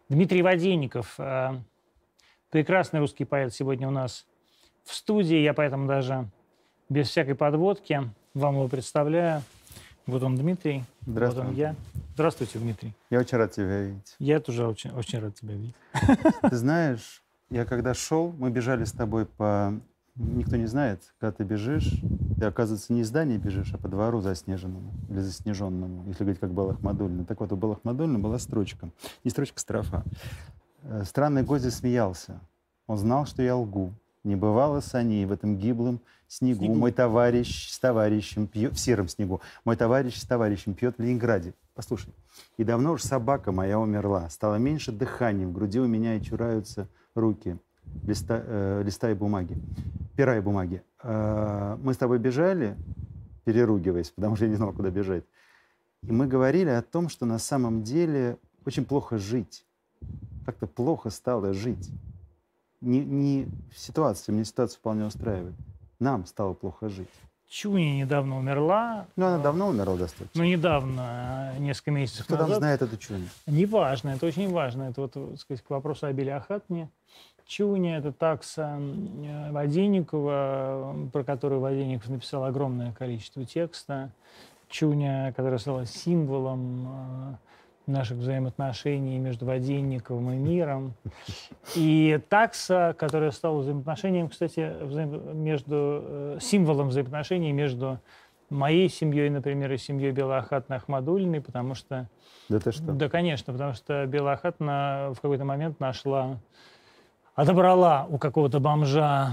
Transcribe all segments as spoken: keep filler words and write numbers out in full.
Дмитрий Воденников, прекрасный русский поэт, сегодня у нас в студии. Я поэтому даже без всякой подводки вам его представляю. Вот он, Дмитрий. Вот он, я. Здравствуйте, Дмитрий. Я очень рад тебя видеть. Я тоже очень, очень рад тебя видеть. Ты знаешь, я когда шел, мы бежали с тобой по... Никто не знает, когда ты бежишь, ты, оказывается, не из здания бежишь, а по двору заснеженному или заснеженному, если говорить, как Белла Ахмадуллина. Так вот, у Беллы Ахмадуллиной была строчка. Не строчка, строфа. «Странный гость засмеялся. Он знал, что я лгу. Не бывало саней в этом гиблом снегу. снегу. Мой товарищ с товарищем пьет... В сером снегу. Мой товарищ с товарищем пьет в Ленинграде». Послушай. «И давно уж собака моя умерла. Стало меньше дыхания. В груди у меня и чураются руки. Листа, э, листа и бумаги. Пера и бумаги. Э, мы с тобой бежали, переругиваясь, потому что я не знал, куда бежать. И мы говорили о том, что на самом деле очень плохо жить. Как-то плохо стало жить. Не, не ситуация, мне ситуация вполне устраивает. Нам стало плохо жить. Чуня недавно умерла. Ну, она давно умерла достаточно. Ну, недавно, несколько месяцев Кто назад. Кто там знает эту Чуню? Неважно, это очень важно. Это вот, так сказать, к вопросу о Белле Ахатне. Чуня — это такса Воденникова, про которую Воденников написал огромное количество текста. Чуня, которая стала символом наших взаимоотношений между Воденниковым и миром. И такса, которая стала взаимоотношением, кстати, взаим... между... символом взаимоотношений между моей семьей, например, и семьей Беллы Ахатны Ахмадуллиной, потому что... Да ты что? Да, конечно, потому что Белла Ахатна в какой-то момент нашла... отобрала у какого-то бомжа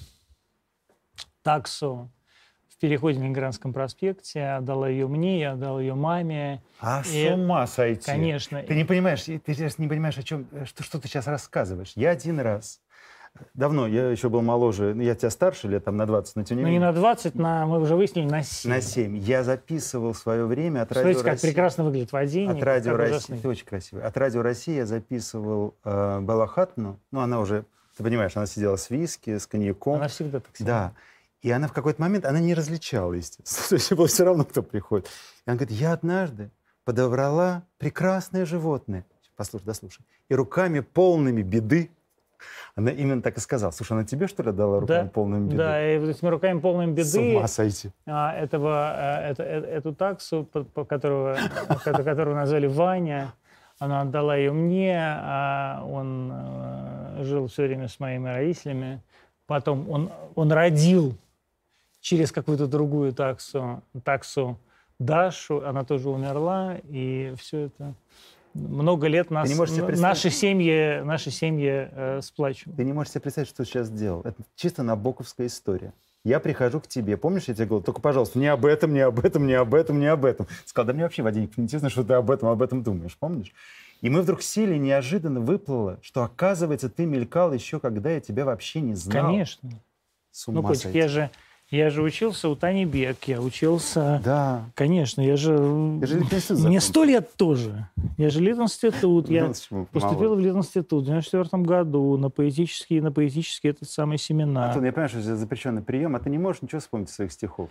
таксу в переходе на Ленинградском проспекте, отдала ее мне, я отдал ее маме. А и... с ума сойти. Конечно. Ты не понимаешь, ты сейчас не понимаешь, о чем, что, что ты сейчас рассказываешь. Я один раз, давно, я еще был моложе, я тебя старше лет там на двадцать, но тем не ну, менее. Ну не на двадцать, на, мы уже выяснили, на семь. На семь. Я записывал в свое время от Смотрите, Радио как России. прекрасно выглядит Воденников. От Радио России. Ты очень красивый. От Радио России я записывал э, Беллу Ахатну. Ну, она уже, ты понимаешь, она сидела с виски, с коньяком. Она всегда так сидела. Да. И она в какой-то момент, она не различала, естественно. То есть было все равно, кто приходит. И она говорит, я однажды подобрала прекрасное животное. Послушай, дослушай. И руками полными беды, она именно так и сказала. Слушай, она тебе, что ли, дала руками да, полными беды? Да, и вот этими руками полными беды... С ума сойти. Этого, это, эту таксу, по, по которого, которую назвали Ваня, она отдала ее мне, а он э, жил все время с моими родителями. Потом он, он родил через какую-то другую таксу, таксу Дашу, она тоже умерла, и все это... Много лет нас, наши семьи, наши семьи э, сплачивают. Ты не можешь себе представить, что ты сейчас сделал. Это чисто набоковская история. Я прихожу к тебе, помнишь, я тебе говорю, только, пожалуйста, не об этом, не об этом, не об этом, не об этом. Сказал, да мне вообще, Воденников, неинтересно, что ты об этом, об этом думаешь, помнишь? И мы вдруг сели, неожиданно выплыло, что, оказывается, ты мелькал еще, когда я тебя вообще не знал. Конечно. С ума ну, котик, я же, я же учился у Тани Бек, я учился... Да. Конечно, я же... Я же Мне сто лет тоже. Я же Литинститут, я поступил в Литинститут в девяносто четвёртом году на поэтический, на поэтический этот самый семинар. Антон, я понимаю, что это запрещенный прием, а ты не можешь ничего вспомнить из своих стихов.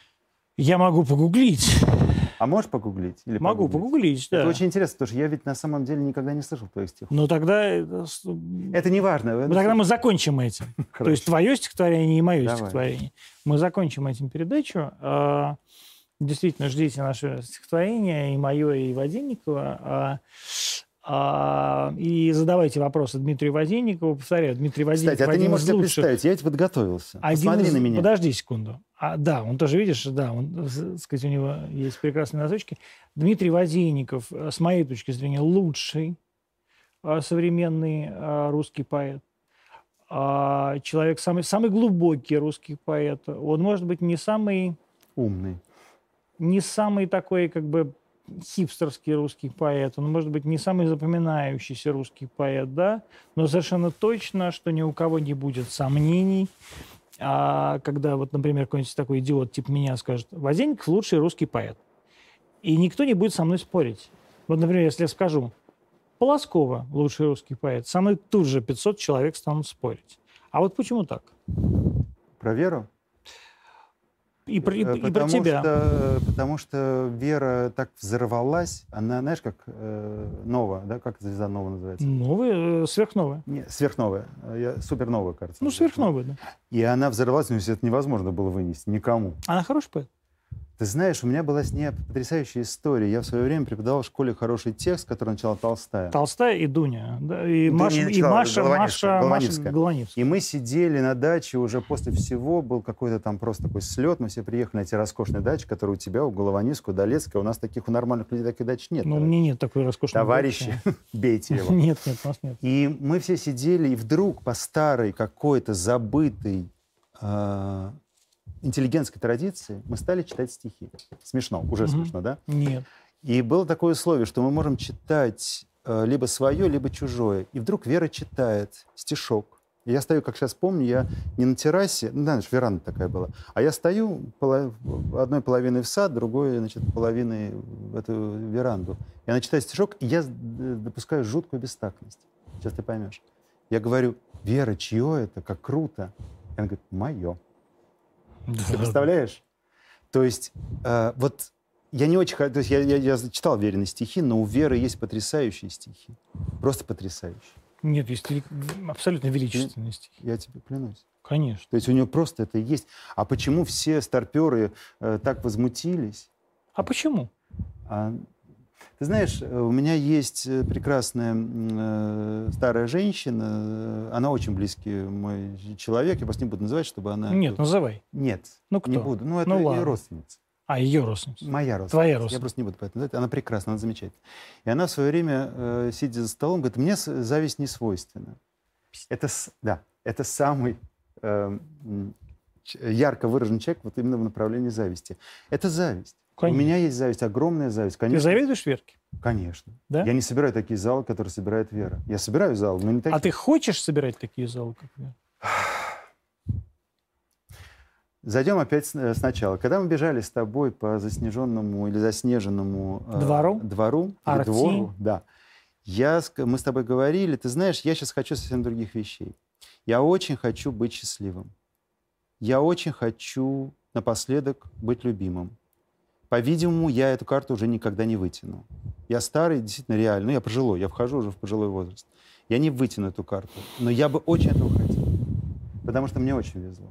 Я могу погуглить. А можешь погуглить? Или могу погуглить, погуглить да. Это очень интересно, потому что я ведь на самом деле никогда не слышал твоих стихов. Ну тогда... Это не важно. Тогда мы закончим этим. То есть твое стихотворение и мое Давай. стихотворение. Мы закончим этим передачу. Действительно, ждите наше стихотворение, и мое, и Воденникова. И задавайте вопросы Дмитрию Воденникову. Повторяю, Дмитрий Воденников... Кстати, а ты не можешь себе представить, я ведь подготовился. Посмотри из... на меня. Подожди секунду. А, да, он тоже, видишь, да, он, так сказать, у него есть прекрасные носочки. Дмитрий Воденников, с моей точки зрения, лучший современный русский поэт. Человек самый, самый глубокий русский поэт. Он, может быть, не самый... Умный. Не самый такой, как бы, хипстерский русский поэт. Он, может быть, не самый запоминающийся русский поэт, да, но совершенно точно, что ни у кого не будет сомнений, а когда, вот, например, какой-нибудь такой идиот типа меня скажет, Воденников лучший русский поэт. И никто не будет со мной спорить. Вот, например, если я скажу, Полоскова лучший русский поэт, со мной тут же пятьсот человек станут спорить. А вот почему так? Про веру? И про, и, и про Потому тебя. что, потому что Вера так взорвалась, она, знаешь, как э, Нова, да, как звезда Нова называется? Новая, э, сверхновая. Не, сверхновая, я, суперновая, кажется. Ну, сверхновая, да. И она взорвалась, но это невозможно было вынести никому. Она хороший поэт? Ты знаешь, у меня была с ней потрясающая история. Я в свое время преподавал в школе хороший текст, который начала Толстая. Толстая и Дуня. Да, и Дуня Маша, и начала, Маша, Голованевская, Маша, Голованевская. Маша Голованевская. И мы сидели на даче уже после всего, был какой-то там просто такой слет, мы все приехали на эти роскошные дачи, которые у тебя, у Голованевского, у Долецкого, у нас таких, у нормальных людей таких дач нет. Ну, у меня нет такой роскошной Товарищи, бейте его. Нет, нет, у нас нет. И мы все сидели, и вдруг по старой какой-то забытой э, интеллигентской традиции мы стали читать стихи. Смешно, уже Мгм. смешно, да? Нет. И было такое условие, что мы можем читать э, либо свое, либо чужое. И вдруг Вера читает стишок. И я стою, как сейчас помню, я не на террасе, ну, знаешь, веранда такая была, а я стою поло- одной половиной в сад, другой, значит, половиной в эту веранду. И она читает стишок, и я с- д- допускаю жуткую бестактность. Сейчас ты поймешь. Я говорю: Вера, чье это? Как круто. И она говорит: мое. Ты представляешь? То есть э, вот я не очень... х- То есть я, я, я читал Верины стихи, но у Веры есть потрясающие стихи. Просто потрясающие. Нет, есть вели- абсолютно величественные стихи. Я тебе клянусь. Конечно. То есть у нее просто это есть. А почему все старперы э, так возмутились? А почему? А, ты знаешь, э, у меня есть э, прекрасная м, э, старая женщина. э, Она очень близкий мой человек. Я просто не буду называть, чтобы она... Нет, называй. Нет, Ну, кто? не буду. Ну, это Ну, ее ладно. родственница. А, ее родственница. Моя родственница. Твоя Я родственница. просто не буду поэтому называть. Она прекрасна, она замечательна. И она в свое время, э, сидя за столом, говорит: мне с- зависть не свойственна. Это, с- да, это самый э, м, ч- ярко выраженный человек вот именно в направлении зависти. Это зависть. Конечно. У меня есть зависть, огромная зависть. Ты Конечно, завидуешь Верке? конечно. Да? Я не собираю такие залы, которые собирает Вера. Я собираю залы, но не такие. А ты хочешь собирать такие залы, как Вера? Зайдем опять с- э, сначала. Когда мы бежали с тобой по заснеженному или заснеженному э, Двору? двору или Арти? двору, да, я, с- мы с тобой говорили, ты знаешь, я сейчас хочу совсем других вещей. Я очень хочу быть счастливым. Я очень хочу напоследок быть любимым. По-видимому, я эту карту уже никогда не вытяну. Я старый, действительно, реально, ну, я пожилой, я вхожу уже в пожилой возраст. Я не вытяну эту карту, но я бы очень этого хотел, потому что мне очень везло.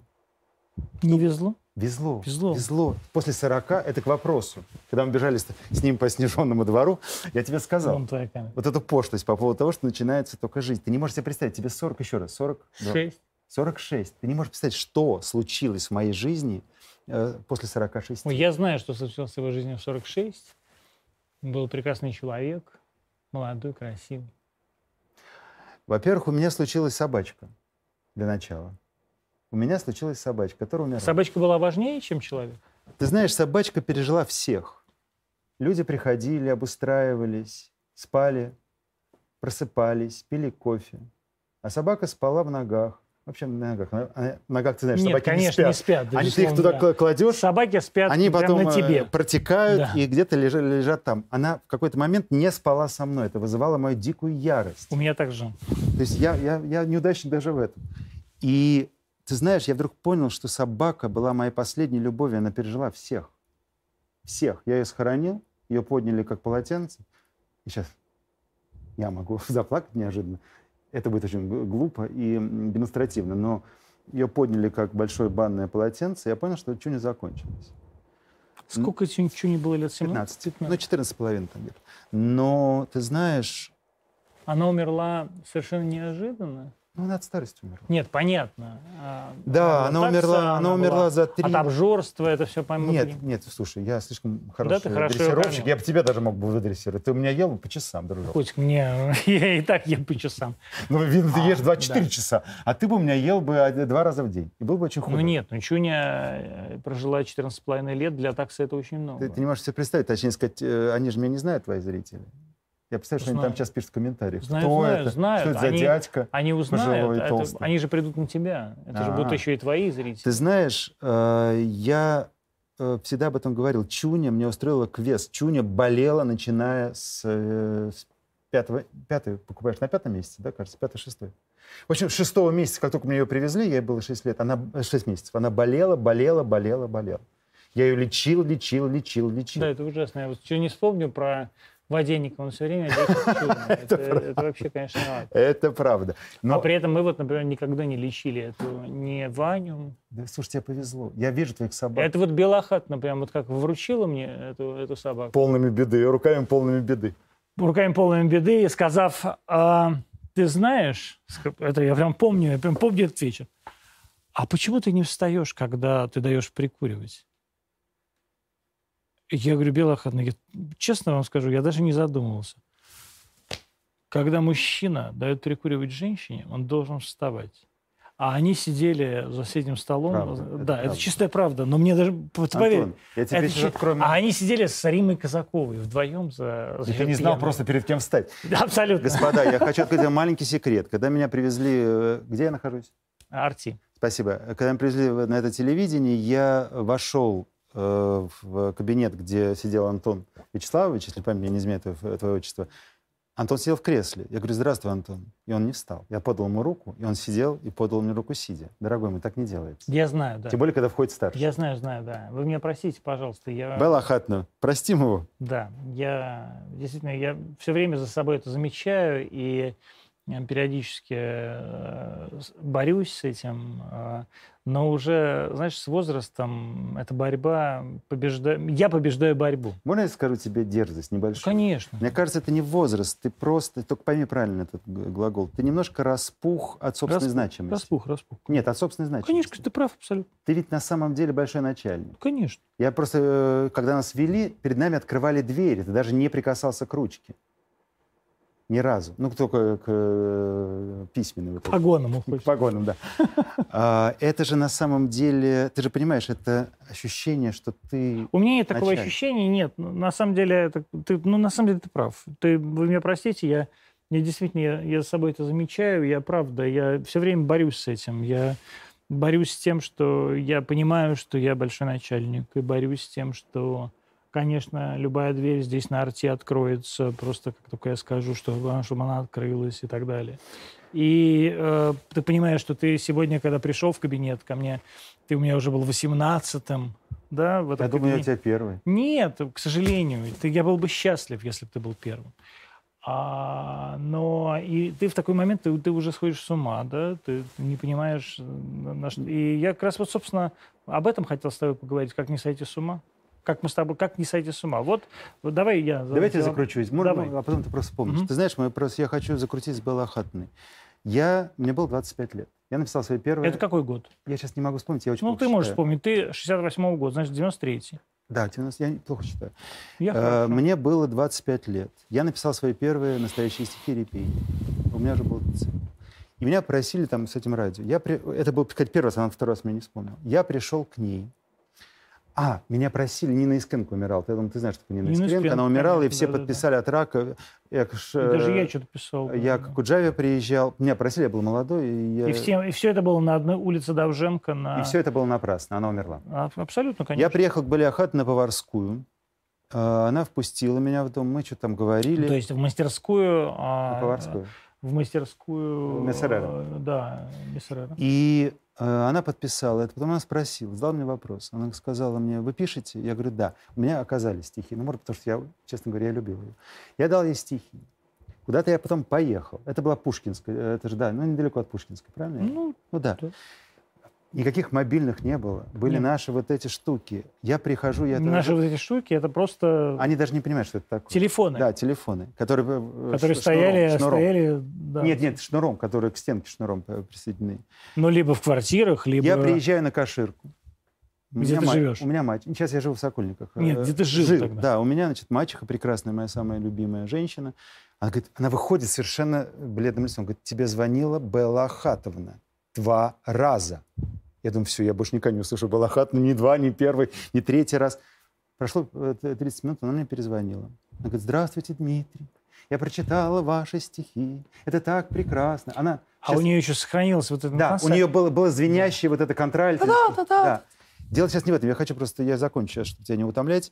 Не везло? Везло, Везло. везло. После сорока, это к вопросу. Когда мы бежали с, с ним по снеженному двору, я тебе сказал, Вон твоя камера. вот эту пошлость по поводу того, что начинается только жизнь. Ты не можешь себе представить, тебе сорок, еще раз, сорок, Шесть. сорок шесть. Ты не можешь представить, что случилось в моей жизни э, после сорока шести. Ой, я знаю, что случилось в его жизни в сорок шесть. Был прекрасный человек, молодой, красивый. Во-первых, у меня случилась собачка для начала. У меня случилась собачка, которая умерла. Собачка была важнее, чем человек? Ты знаешь, собачка пережила всех. Люди приходили, обустраивались, спали, просыпались, пили кофе. А собака спала в ногах. Вообще на ногах. На, на ногах, ты знаешь, Нет, собаки конечно, не не спят. спят. Они, ты их безусловно, туда да. кла- кладешь, Собаки спят они прямо потом на тебе. э, протекают Да. и где-то лежат, лежат там. Она в какой-то момент не спала со мной. Это вызывало мою дикую ярость. У меня так же. То есть я, я, я неудачник даже в этом. И ты знаешь, я вдруг понял, что собака была моей последней любовью. Она пережила всех. Всех. Я ее схоронил, ее подняли как полотенце. И сейчас я могу заплакать неожиданно. Это будет очень г- глупо и м, демонстративно. Но ее подняли как большое банное полотенце. Я понял, что чуня закончилась. Сколько Чуни было лет? семнадцать? пятнадцать. Ну, четырнадцать с половиной там где-то. Но ты знаешь, Она умерла совершенно неожиданно. ну, она от старости умерла. Нет, понятно. А, Да, она была умерла, такса, она умерла была за три... От обжорства это все по Нет, нет, слушай, я слишком хороший ты хорошо дрессировщик. кормил. Я бы тебя даже мог бы выдрессировать. Ты у меня ел бы по часам, дружок. Котик, мне я и так ем по часам. Ну, видно, ты А, ешь двадцать четыре да. часа, а ты бы у меня ел бы од- два раза в день. И был бы очень Ну худой. нет, ну Чуня э, прожила четырнадцать с половиной лет, для такса это очень много. Ты, ты не можешь себе представить, точнее сказать, э, они же меня не знают, твои зрители. Я представляю, что они там Знаю. сейчас пишут в комментариях. Знают, Кто знают, это? знают. Что это за Они- дядька? Они узнают, пожилой и это- толстый. они же придут на тебя. Это же А. будут еще и твои зрители. Ты знаешь, э, я э, всегда об этом говорил. Чуня мне устроила квест. Чуня болела, начиная с, э, с пятого... Пятый покупаешь на пятом месяце, да, кажется? Пятый, шестой. В общем, с шестого месяца, как только мне ее привезли, ей было шесть лет, она... шесть месяцев. Она болела, болела, болела, болела. Я ее лечил, лечил, лечил, лечил. Да, это ужасно. Я вот что не вспомню про Воденника, он все время лечит чудно. Это, это вообще, конечно, ад. Это правда. Но... А при этом мы вот, например, никогда не лечили эту, не Ваню. Да, слушай, тебе повезло. Я вижу твоих собак. Это вот Белохат, например, вот как вручила мне эту, эту собаку. Полными беды, руками полными беды. Руками полными беды, и сказав, а, ты знаешь, это я прям помню, я прям помню этот вечер, а почему ты не встаешь, когда ты даешь прикуривать? Я говорю, Белохат, честно вам скажу, я даже не задумывался. Когда мужчина дает прикуривать женщине, он должен вставать. А они сидели за соседним столом. Правда, да, это, это правда. чистая правда. Но мне даже... Антон, я тебе сейчас открою... А они сидели с Римой Казаковой вдвоем за... И ты не знал просто перед кем встать. Да, абсолютно. Господа, я хочу открыть вам маленький секрет. Когда меня привезли... Где я нахожусь? Арти. Спасибо. Когда меня привезли на это телевидение, я вошел э, в кабинет, где сидел Антон Вячеславович, если память мне не изменяет твое, твое отчество. Антон сидел в кресле. Я говорю, здравствуй, Антон. И он не встал. Я подал ему руку, и он сидел и подал мне руку сидя. Дорогой мой, так не делается. Я знаю, да. Тем более, когда входит старший. Я знаю, знаю, да. Вы меня простите, пожалуйста. Я... Белохатно, простим его. Да, я действительно, я все время за собой это замечаю и периодически борюсь с этим, но уже, знаешь, с возрастом эта борьба побеждает. Я побеждаю борьбу. Можно я скажу тебе дерзость небольшую? Конечно. Мне кажется, это не возраст, ты просто, только пойми правильно этот глагол, ты немножко распух от собственной распух, значимости. Распух, распух. Нет, от собственной значимости. Конечно, ты прав абсолютно. Ты ведь на самом деле большой начальник. Конечно. Я просто, когда нас вели, перед нами открывали двери, ты даже не прикасался к ручке. Ни разу. Ну, только к э, письменным. К погонам уходишь. К погонам, да. а, это же на самом деле... Ты же понимаешь, это ощущение, что ты... У меня нет такого начальник. ощущения, нет. На самом деле, это, ты, ну, на самом деле ты прав. Ты, вы меня простите, я, я действительно, я, я за собой это замечаю, я правда, я все время борюсь с этим. Я борюсь с тем, что я понимаю, что я большой начальник, и борюсь с тем, что... Конечно, любая дверь здесь на Арти откроется, просто как только я скажу, что, чтобы она открылась и так далее. И э, ты понимаешь, что ты сегодня, когда пришел в кабинет ко мне, ты у меня уже был восемнадцатым, да? В этом я думаю, я у кабинете. тебя первый. Нет, к сожалению. Ты, я был бы счастлив, если бы ты был первым. А, но и ты в такой момент, ты, ты уже сходишь с ума, да? Ты не понимаешь, на что... И я как раз вот, собственно, об этом хотел с тобой поговорить, как не сойти с ума. Как мы с тобой, как не сойти с ума. Вот, вот давай я... Давайте я закручусь. Можно, давай. А потом ты просто вспомнишь. Угу. Ты знаешь, мы просто, я хочу закрутить с Белохатной. Я, мне было двадцать пять лет. Я написал свои первые... Это какой год? Я сейчас не могу вспомнить, я очень Ну, плохо ты считаю. можешь вспомнить. Ты шестьдесят восьмого года, значит, девяносто третий. Да, девяносто я плохо считаю. Я э, мне было двадцать пять лет. Я написал свои первые настоящие стихи «Репей». У меня уже был лицей. И меня просили там с этим радио. Я при... Это был, сказать, первый раз, она второй раз меня не вспомнил. Я пришел к ней. А, меня просили, Нина Искенко умирала. Я думаю, ты знаешь, что такое Нина, Нина Искенко. Искенко, Она умирала, конечно, и все да, подписали да, от рака. Я, и даже я что-то писал. Я да, к Куджаве приезжал. Меня просили, я был молодой. И, я... и, все, и все это было на одной улице Довженко. На... И все это было напрасно, она умерла. А, абсолютно, конечно. Я приехал к Белохат на Поварскую. Она впустила меня в дом, мы что-то там говорили. То есть в мастерскую... На Поварскую. В мастерскую... Мессерера. Да, Мессерера. И э, она подписала это. Потом она спросила, задала мне вопрос. Она сказала мне, вы пишете? Я говорю, да. У меня оказались стихи. Ну, может, потому что я, честно говоря, я любил ее. Я дал ей стихи. Куда-то я потом поехал. Это была Пушкинская. Это же, да, ну, недалеко от Пушкинской, правильно? Ну, ну да. да. Никаких мобильных не было. Были Нет. наши вот эти штуки. Я прихожу, я... Наши это... вот эти штуки, это просто... Они даже не понимают, что это такое. Телефоны. Да, телефоны. Которые, которые ш- стояли, шнуром, шнуром. стояли... Да. Нет, нет, шнуром, которые к стенке шнуром присоединены. Ну, либо в квартирах, либо... Я приезжаю на Каширку. У Где ты мать, живешь? У меня мать. Сейчас я живу в Сокольниках. Нет, где ты жил, жил тогда? Да, у меня, значит, мачеха прекрасная, моя самая любимая женщина. Она говорит, она выходит совершенно бледным лицом. Говорит, тебе звонила Белохатовна два раза. Я думаю, все, я больше никогда не услышу Белохатовну ни два, ни первый, ни третий раз. Прошло тридцать минут, она мне перезвонила. Она говорит, здравствуйте, Дмитрий. Я прочитала ваши стихи. Это так прекрасно. Она А сейчас... у нее еще сохранилось вот это... Да, у нее было, было звенящее да. вот это контральто. Да-да-да. Да. Дело сейчас не в этом. Я хочу просто... Я закончу сейчас, чтобы тебя не утомлять.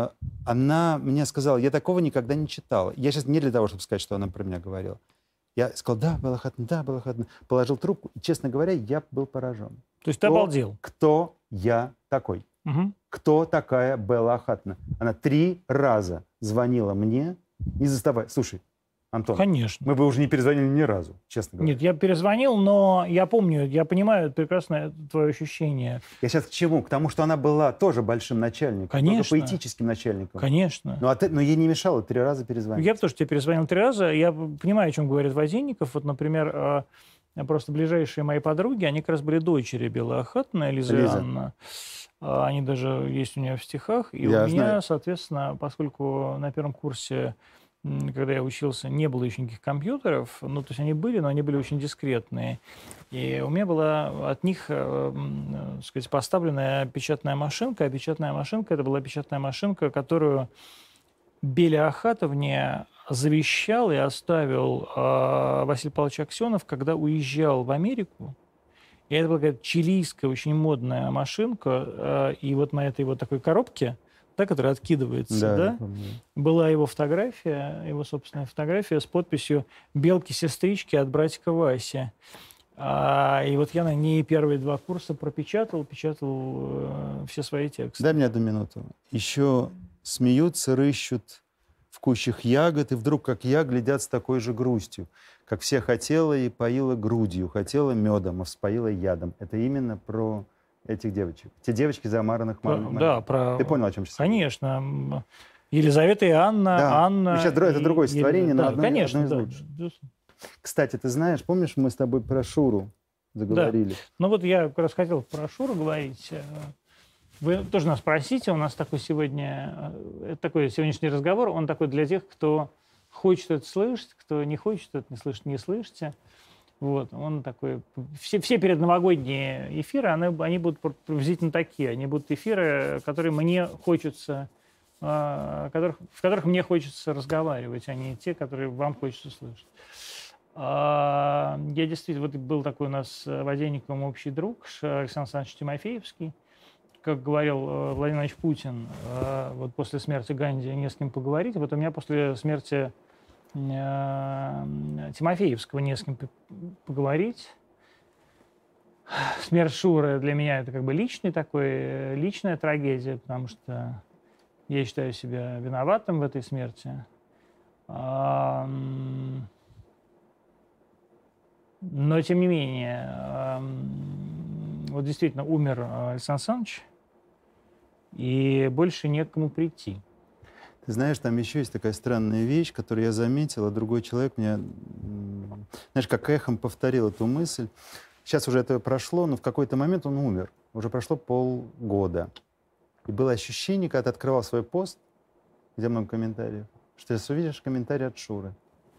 Она мне сказала, я такого никогда не читала. Я сейчас не для того, чтобы сказать, что она про меня говорила. Я сказал, да, Белохатовна, да, Белохатовна. Положил трубку. И, честно говоря, я был поражен. То есть ты кто, обалдел? Кто я такой? Угу. Кто такая Белла Ахатовна? Она три раза звонила мне, не заставай. Слушай, Антон, Конечно. мы бы уже не перезвонили ни разу, честно говоря. Нет, я перезвонил, но я помню, я понимаю прекрасно твое ощущение. Я сейчас к чему? К тому, что она была тоже большим начальником, Конечно. тоже поэтическим начальником. Конечно. Но, а ты, но ей не мешало три раза перезвонить. Я бы тоже тебе перезвонил три раза. Я понимаю, о чем говорит Воденников. Вот, например, просто ближайшие мои подруги, они как раз были дочери Беллы Ахатовны, Лиза и Лиза. Анна. Они даже есть у нее в стихах. И Я у меня, знаю. соответственно, поскольку на первом курсе, когда я учился, не было еще никаких компьютеров, ну, то есть они были, но они были очень дискретные. И у меня была от них, э, так сказать, поставленная печатная машинка. А печатная машинка, это была печатная машинка, которую Белле Ахатовне завещал и оставил э, Василий Павлович Аксенов, когда уезжал в Америку. И это была какая-то чилийская, очень модная машинка. Э, и вот на этой вот такой коробке, да, которая откидывается, Да, да, помню. была его фотография, его собственная фотография с подписью «Белки-сестрички от братика Васи». А, и вот я на ней первые два курса пропечатал, печатал э, все свои тексты. Дай мне одну минуту. Еще смеются, рыщут в кущах ягод, и вдруг, как я, глядят с такой же грустью. Как все хотела и поила грудью, хотела медом, а вспоила ядом. Это именно про этих девочек. Те девочки замаранных Про, мам- да, про... Ты понял, о чем сейчас? Конечно. Елизавета и Анна. Да. Анна Ну, сейчас дро- это и другое Елизавета. стихотворение, но да, одно- конечно, одно из да. лучших. Кстати, ты знаешь, помнишь, мы с тобой про Шуру заговорили? Ну вот я как раз хотел про Шуру говорить. Вы тоже нас спросите, у нас такой сегодня, это такой сегодняшний разговор, он такой для тех, кто хочет это слышать, кто не хочет это не слышать, не слышите. Вот, он такой, все, все передновогодние эфиры, они, они будут приблизительно такие, они будут эфиры, которые мне хочется, э, которых, в которых мне хочется разговаривать, а не те, которые вам хочется слышать. А, я действительно, вот был такой у нас с Воденниковым общий друг, Александр Александрович Тимофеевский. Как говорил Владимир Владимирович Путин, вот после смерти Ганди не с кем поговорить. Вот у меня после смерти Тимофеевского не с кем поговорить. Смерть Шуры для меня это как бы личный такой, личная трагедия, потому что я считаю себя виноватым в этой смерти. Но, тем не менее, вот действительно умер Александр Александрович, и больше некому прийти. Ты знаешь, там еще есть такая странная вещь, которую я заметил, а другой человек мне, знаешь, как эхом повторил эту мысль. Сейчас уже это прошло, но в какой-то момент он умер. Уже прошло полгода. И было ощущение, когда ты открывал свой пост, где много комментариев, что ты увидишь комментарий от Шуры.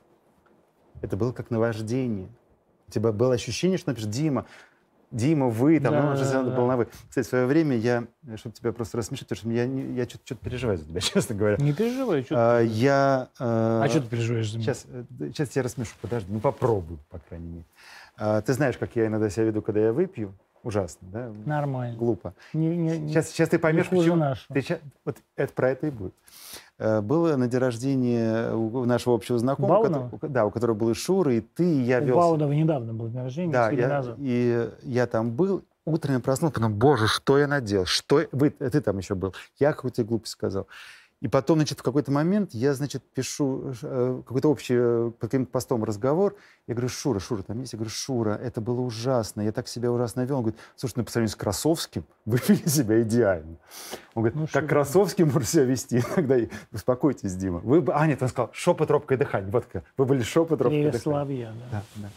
Это было как наваждение. У тебя было ощущение, что напишешь «Дима». Дима, вы, там, Да, ну, он же да, был да. на вы. Кстати, в свое время я, чтобы тебя просто рассмешить, потому что я, не- я что-то, что-то переживаю за тебя, честно говоря. Не переживай, что А, ты... я... а, А что ты переживаешь за меня? Сейчас, э, сейчас я рассмешу, подожди, ну попробуй, по крайней мере. А, ты знаешь, как я иногда себя веду, когда я выпью? Ужасно, да? Нормально. Глупо. Не, не, не- Сейчас, сейчас ты поймешь, не хуже почему. нашего. Ты ща- вот это про это и будет. Э, Было на день рождения у нашего общего знакомого, Баунова? который- да, у которого был и Шура, и ты, и я У вел. Баудова недавно был день рождения, Да, несколько я, назад. и я там был, утром я проснулся, потом, боже, что я наделал, что я- вы, ты там еще был, я какую-то глупость сказал. И потом, значит, в какой-то момент я, значит, пишу э, какой-то общий э, под каким-то постом разговор. Я говорю, Шура, Шура, там есть? Я говорю, Шура, это было ужасно, я так себя ужасно вел. Он говорит, слушай, ну по сравнению с Красовским вы вели себя идеально. Он говорит, Ну, как Шура. Красовский может себя вести иногда. И успокойтесь, Дима. Вы, бы- а, нет, он сказал, шепот, робкое дыхание. Вот как. Вы были шепот, робкое Привет, дыхание. Соловья, да. Да, да.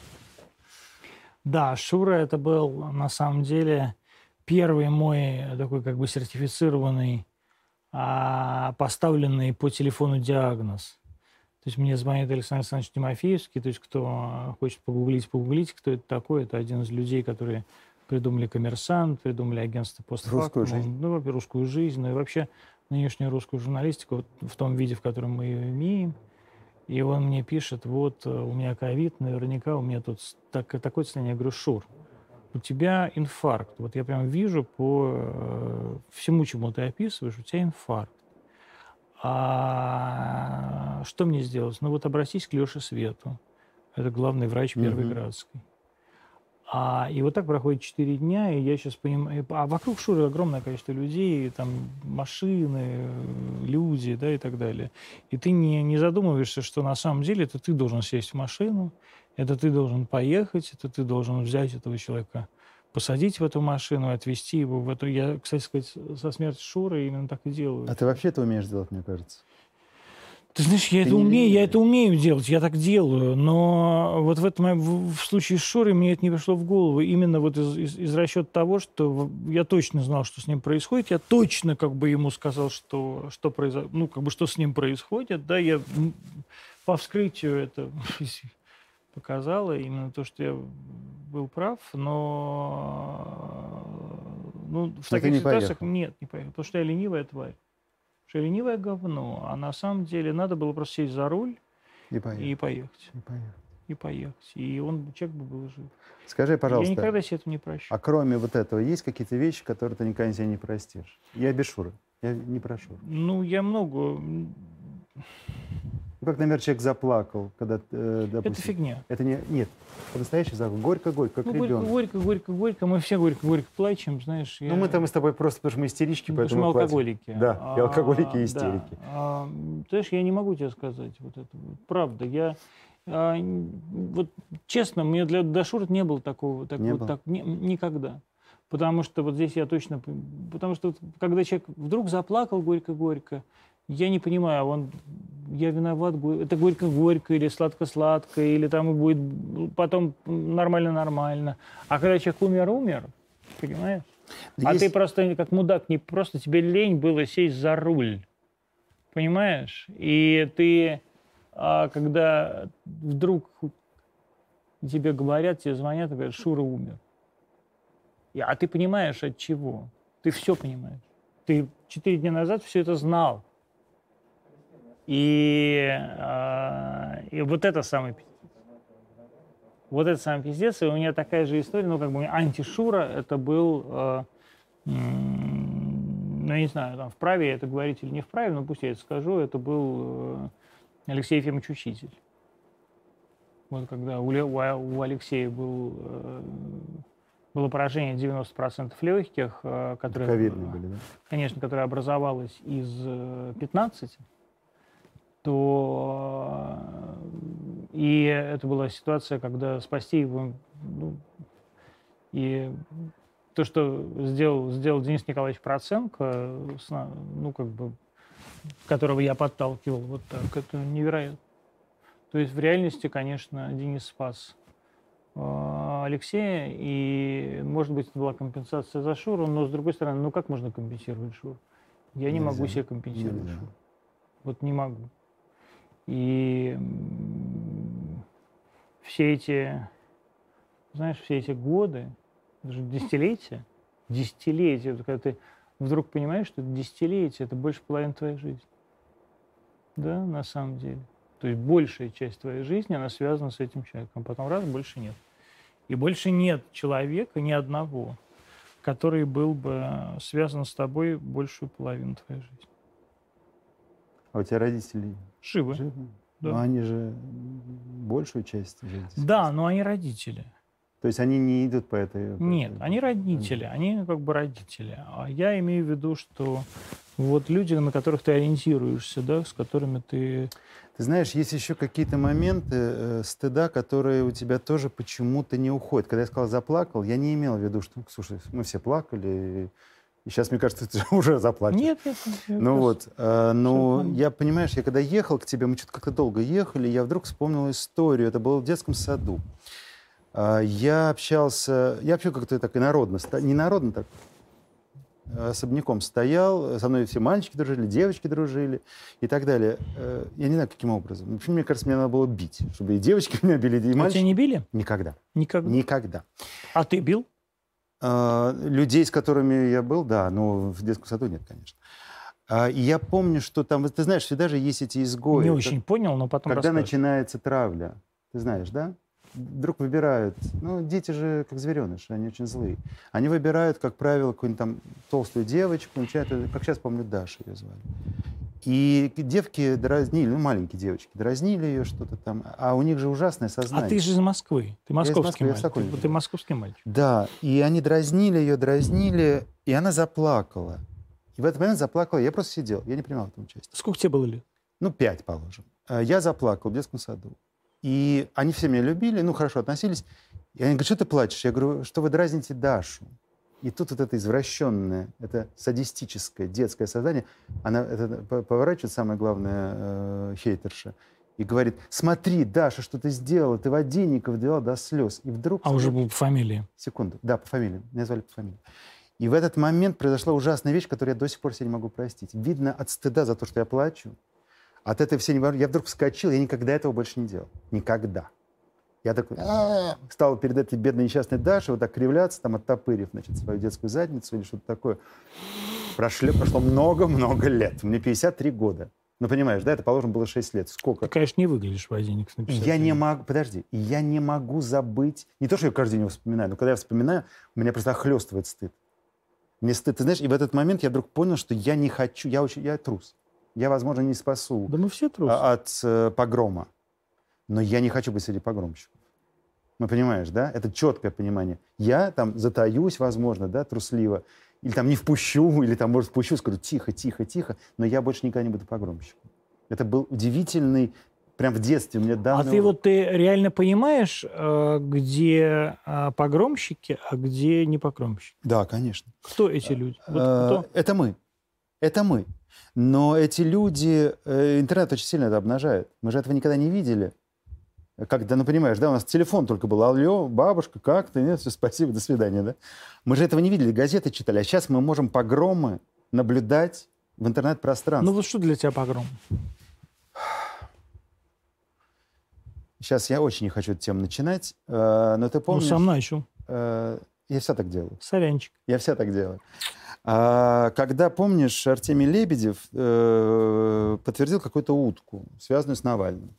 Да, Шура это был на самом деле первый мой такой как бы сертифицированный, а, поставленный по телефону диагноз. То есть мне звонит Александр Александрович Тимофеевский, то есть кто хочет погуглить, погуглить, кто это такой. Это один из людей, которые придумали «Коммерсант», придумали агентство «Постфактум». «Русскую жизнь». Ну, во-первых, «Русскую жизнь», ну и вообще нынешнюю русскую журналистику вот в том виде, в котором мы ее имеем. И он мне пишет, вот у меня ковид, наверняка у меня тут так, такое состояние. Я говорю, Шур, у тебя инфаркт. Вот я прям вижу по э, всему, чему ты описываешь, у тебя инфаркт. А что мне сделать? Ну вот обратись к Леше Свету. Это главный врач Первой Мгм. Градской. А, и вот так проходит четыре дня, и я сейчас понимаю... А вокруг Шуры огромное количество людей, там машины, люди, да, и так далее. И ты не, не задумываешься, что на самом деле это ты должен сесть в машину, это ты должен поехать, это ты должен взять этого человека, посадить в эту машину, отвезти его в эту... Я, кстати сказать, со смертью Шуры именно так и делаю. А ты вообще это умеешь делать, мне кажется? Ты знаешь, я Ты это не умею, я ленивый. это умею делать, я так делаю, но вот в этом в, в случае с Шурой мне это не пришло в голову. Именно вот из, из, из расчета того, что я точно знал, что с ним происходит, я точно как бы ему сказал, что, что, произо... ну, как бы, что с ним происходит, да, я по вскрытию это показала, именно то, что я был прав, но ну, в Но таких не ситуациях поехал. нет, не поехал, потому что я ленивая тварь. Что я ленивое говно, а на самом деле надо было просто сесть за руль И поехал. и поехать. И поехал. И поехать. И он, человек бы был жив. Скажи, пожалуйста, Я никогда себе этого не прощу. а кроме вот этого, есть какие-то вещи, которые ты никогда себе не простишь? Я без Шуры. Я не про Шуру. Ну, я много... Ну, как, например, человек заплакал, когда, э, допустим... Это фигня. Это не... Нет, настоящий заплак. Горько-горько, как Ну, ребенок. горько, горько, горько, горько. Мы все горько-горько плачем, знаешь. Ну, я... мы там с тобой просто, потому что мы истерички, Ну, потому что поэтому мы плачем. алкоголики. Да, и алкоголики, и А, истерики. Да. А, ты знаешь, я не могу тебе сказать вот это. Вот. Правда, я... А, вот честно, мне для до Шуры не было такого. Так, Не вот, было? так, ни, никогда. Потому что вот здесь я точно... Потому что вот, когда человек вдруг заплакал горько-горько, я не понимаю, он... Я виноват, это горько-горько или сладко-сладко, или там и будет потом нормально-нормально. А когда человек умер-умер, понимаешь? А Есть- ты просто как мудак, не просто тебе лень было сесть за руль, понимаешь? И ты, а, когда вдруг тебе говорят, тебе звонят и говорят, Шура умер. И, а ты понимаешь, от чего? Ты все понимаешь. Ты четыре дня назад все это знал. И, а, и вот это самый пиздец. Вот это самый пиздец. И у меня такая же история, ну, как бы антишура, это был, э, м, ну, я не знаю, там, вправе я это говорить или не вправе, но пусть я это скажу, это был э, Алексей Ефимович Учитель. Вот когда у, Ле- у, у Алексея был, э, было поражение девяносто процентов легких, э, которые, Ковидные были, да? конечно, которое образовалось из э, пятнадцати, то и это была ситуация, когда спасти его, ну, и то, что сделал, сделал Денис Николаевич Проценко, ну, как бы, которого я подталкивал вот так, это невероятно. То есть в реальности, конечно, Денис спас э, Алексея, и, может быть, это была компенсация за Шуру, но, с другой стороны, ну, как можно компенсировать Шуру? Я не Нельзя. могу себе компенсировать Нельзя. Шуру. Вот не могу. И м, все эти, знаешь, все эти годы, даже десятилетия, десятилетия, вот когда ты вдруг понимаешь, что это десятилетие, это больше половины твоей жизни. Да, на самом деле. То есть большая часть твоей жизни, она связана с этим человеком. Потом раз, больше нет. И больше нет человека, ни одного, который был бы связан с тобой большую половину твоей жизни. А у тебя родители Живы. живы? Да. Но они же большую часть жизни. Да, но они родители. То есть они не идут по этой... по Нет, этой- они родители, они как бы родители. А я имею в виду, что вот люди, на которых ты ориентируешься, да, с которыми ты... Ты знаешь, есть еще какие-то моменты э, стыда, которые у тебя тоже почему-то не уходят. Когда я сказал «заплакал», я не имел в виду, что, слушай, мы все плакали, и сейчас, мне кажется, ты уже заплачешь. Нет, нет, нет. Ну вот, э, но нормально. я, понимаешь, я когда ехал к тебе, мы что-то как-то долго ехали, я вдруг вспомнил историю, это было в детском саду. А, Я общался, я вообще как-то так инородно, ста- не народно так, особняком стоял, со мной все мальчики дружили, девочки дружили и так далее. Э, Я не знаю, каким образом. В общем, мне кажется, мне надо было бить, чтобы и девочки меня били, и А тебя мальчики. не били? Никогда. Никогда. Никогда. А ты бил? А, Людей, с которыми я был, да, но в детском саду нет, конечно. А, И я помню, что там, вот ты знаешь, всегда же есть эти изгои. Не Как- очень понял, но потом Когда расскажешь. начинается травля, ты знаешь, да? Вдруг выбирают, ну, дети же как звереныши, они очень злые. Они выбирают, как правило, какую-нибудь там толстую девочку, начинают, как сейчас помню, Даша ее звали. И девки дразнили, ну, маленькие девочки, дразнили ее что-то там, а у них же ужасное сознание. А ты же из Москвы, ты московский я из Москвы, мальчик. Ты, ты московский мальчик. Да, и они дразнили ее, дразнили, и она заплакала. И в этот момент заплакала, я просто сидел, я не принимал в этом участие. Сколько тебе было лет? Ну, пять, положим. Я заплакал в детском саду. И они все меня любили, ну, хорошо относились. И они говорят, что ты плачешь? Я говорю, что вы дразните Дашу. И тут вот это извращенное, это садистическое детское создание, она это, поворачивает, самое главное, э, хейтерша, и говорит, смотри, Даша, что ты сделала, ты воденников довела до слез. И вдруг... А уже был по фамилии? Секунду, да, по фамилии, меня звали по фамилии. И в этот момент произошла ужасная вещь, которую я до сих пор себе не могу простить. Видно от стыда за то, что я плачу, от этой всей... Я вдруг вскочил, я никогда этого больше не делал. Никогда. Я такой стал перед этой бедной несчастной Дашей вот так кривляться, там оттопырив, значит, свою детскую задницу или что-то такое. Прошло, прошло много-много лет. Мне пятьдесят три года. Ну, понимаешь, да, это, положим, было шесть лет. Сколько? Ты, конечно, не выглядишь воденник на пятьдесят. Я не могу... Подожди. Я не могу забыть... Не то, что я каждый день его вспоминаю, но когда я вспоминаю, у меня просто охлёстывает стыд. Мне стыд. Ты знаешь, и в этот момент я вдруг понял, что я не хочу... Я, очень... я трус. Я, возможно, не спасу да мы все трусы. от э, погрома. Но я не хочу быть среди погромщиков. Ну, понимаешь, да? Это четкое понимание. Я там затаюсь, возможно, да, трусливо, или там не впущу, или там, может, впущу, скажу тихо, тихо, тихо, но я больше никогда не буду погромщиком. Это был удивительный, прям в детстве мне данный... А ты вот ты реально понимаешь, где погромщики, а где не погромщики? Да, конечно. Кто эти люди? Вот кто? Это мы. Это мы. Но эти люди... Интернет очень сильно это обнажает. Мы же этого никогда не видели. Когда, ну, понимаешь, да, у нас телефон только был. Алло, бабушка, как ты? Нет, все, спасибо, до свидания, да? Мы же этого не видели, газеты читали. А сейчас мы можем погромы наблюдать в интернет-пространстве. Ну вот что для тебя погром? Сейчас я очень не хочу эту тему начинать, но ты помнишь... Ну, сам начал. Я все так делаю. Сорянчик. Я все так делаю. Когда, помнишь, Артемий Лебедев подтвердил какую-то утку, связанную с Навальным.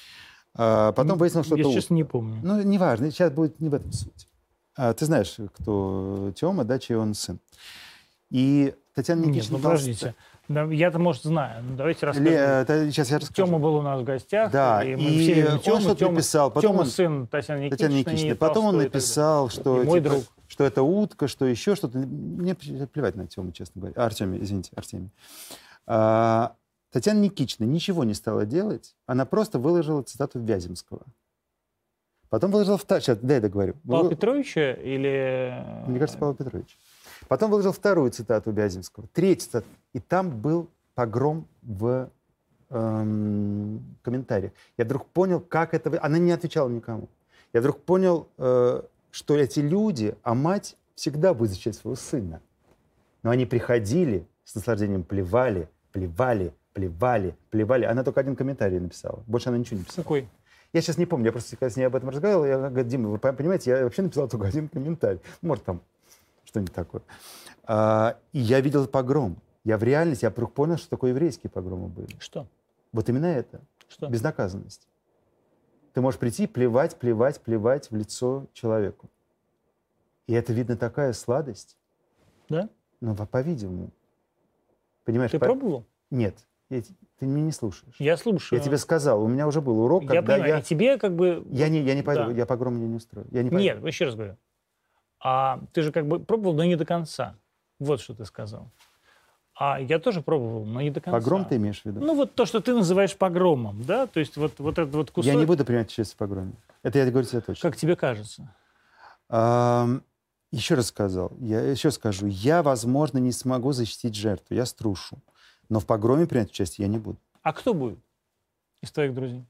А потом выяснилось, что я это... Я сейчас не помню. Ну, неважно, сейчас будет не в этом суть. А, ты знаешь, кто Тёма, да, чей он сын. И Татьяна Никитична... Нет, ну, подождите. Да, я-то, может, знаю. Ну, давайте расскажем. Ле, сейчас я расскажу. Тёма был у нас в гостях. Да, и, и мы все любим Тёму. он что-то Тёма, написал. Потом Тёма он... сын Татьяны Никитичны. Татьяна Никитична. Потом он написал, что, мой типа, друг. что это утка, что еще что-то. Мне плевать на Тёму, честно говоря. Артемий, извините, Артемий. А, Татьяна Никитична ничего не стала делать. Она просто выложила цитату Вяземского. Потом выложил вторую... Сейчас, дай я договорю. Павла Петровича или... Мне кажется, Павла Петровича. Потом выложил вторую цитату Вяземского. Третью цитату. И там был погром в эм, комментариях. Я вдруг понял, как это... Она не отвечала никому. Я вдруг понял, э, что эти люди, а мать всегда будет защищать своего сына. Но они приходили, с наслаждением плевали, плевали, плевали, плевали. Она только один комментарий написала. Больше она ничего не писала. Какой? Я сейчас не помню, я просто когда с ней об этом разговаривал, я говорю, Дима, вы понимаете, я вообще написал только один комментарий. Может, там что-нибудь такое. А, и я видел погром. Я в реальности, я вдруг понял, что такое еврейские погромы были. Что? Вот именно это. Что? Безнаказанность. Ты можешь прийти, плевать, плевать, плевать в лицо человеку. И это, видно, такая сладость. Да? Ну, по-видимому. Понимаешь? Ты по... пробовал? Нет. Я, ты меня не слушаешь. Я слушаю. Я тебе сказал, у меня уже был урок, я когда понимаю, я... И тебе как бы... Я не, я не пойду, да. я погром не устрою. Я не пойду. Нет, еще раз говорю. А ты же как бы пробовал, но не до конца. Вот что ты сказал. А я тоже пробовал, но не до конца. Погром ты имеешь в виду? Ну вот то, что ты называешь погромом, да? То есть вот, вот этот вот кусок... Я не буду принимать участие в погроме. Это я говорю тебе точно. Как тебе кажется? А, еще раз сказал, я еще скажу. Я, возможно, не смогу защитить жертву. Я струшу. Но в погроме принять участие я не буду. А кто будет из твоих друзей?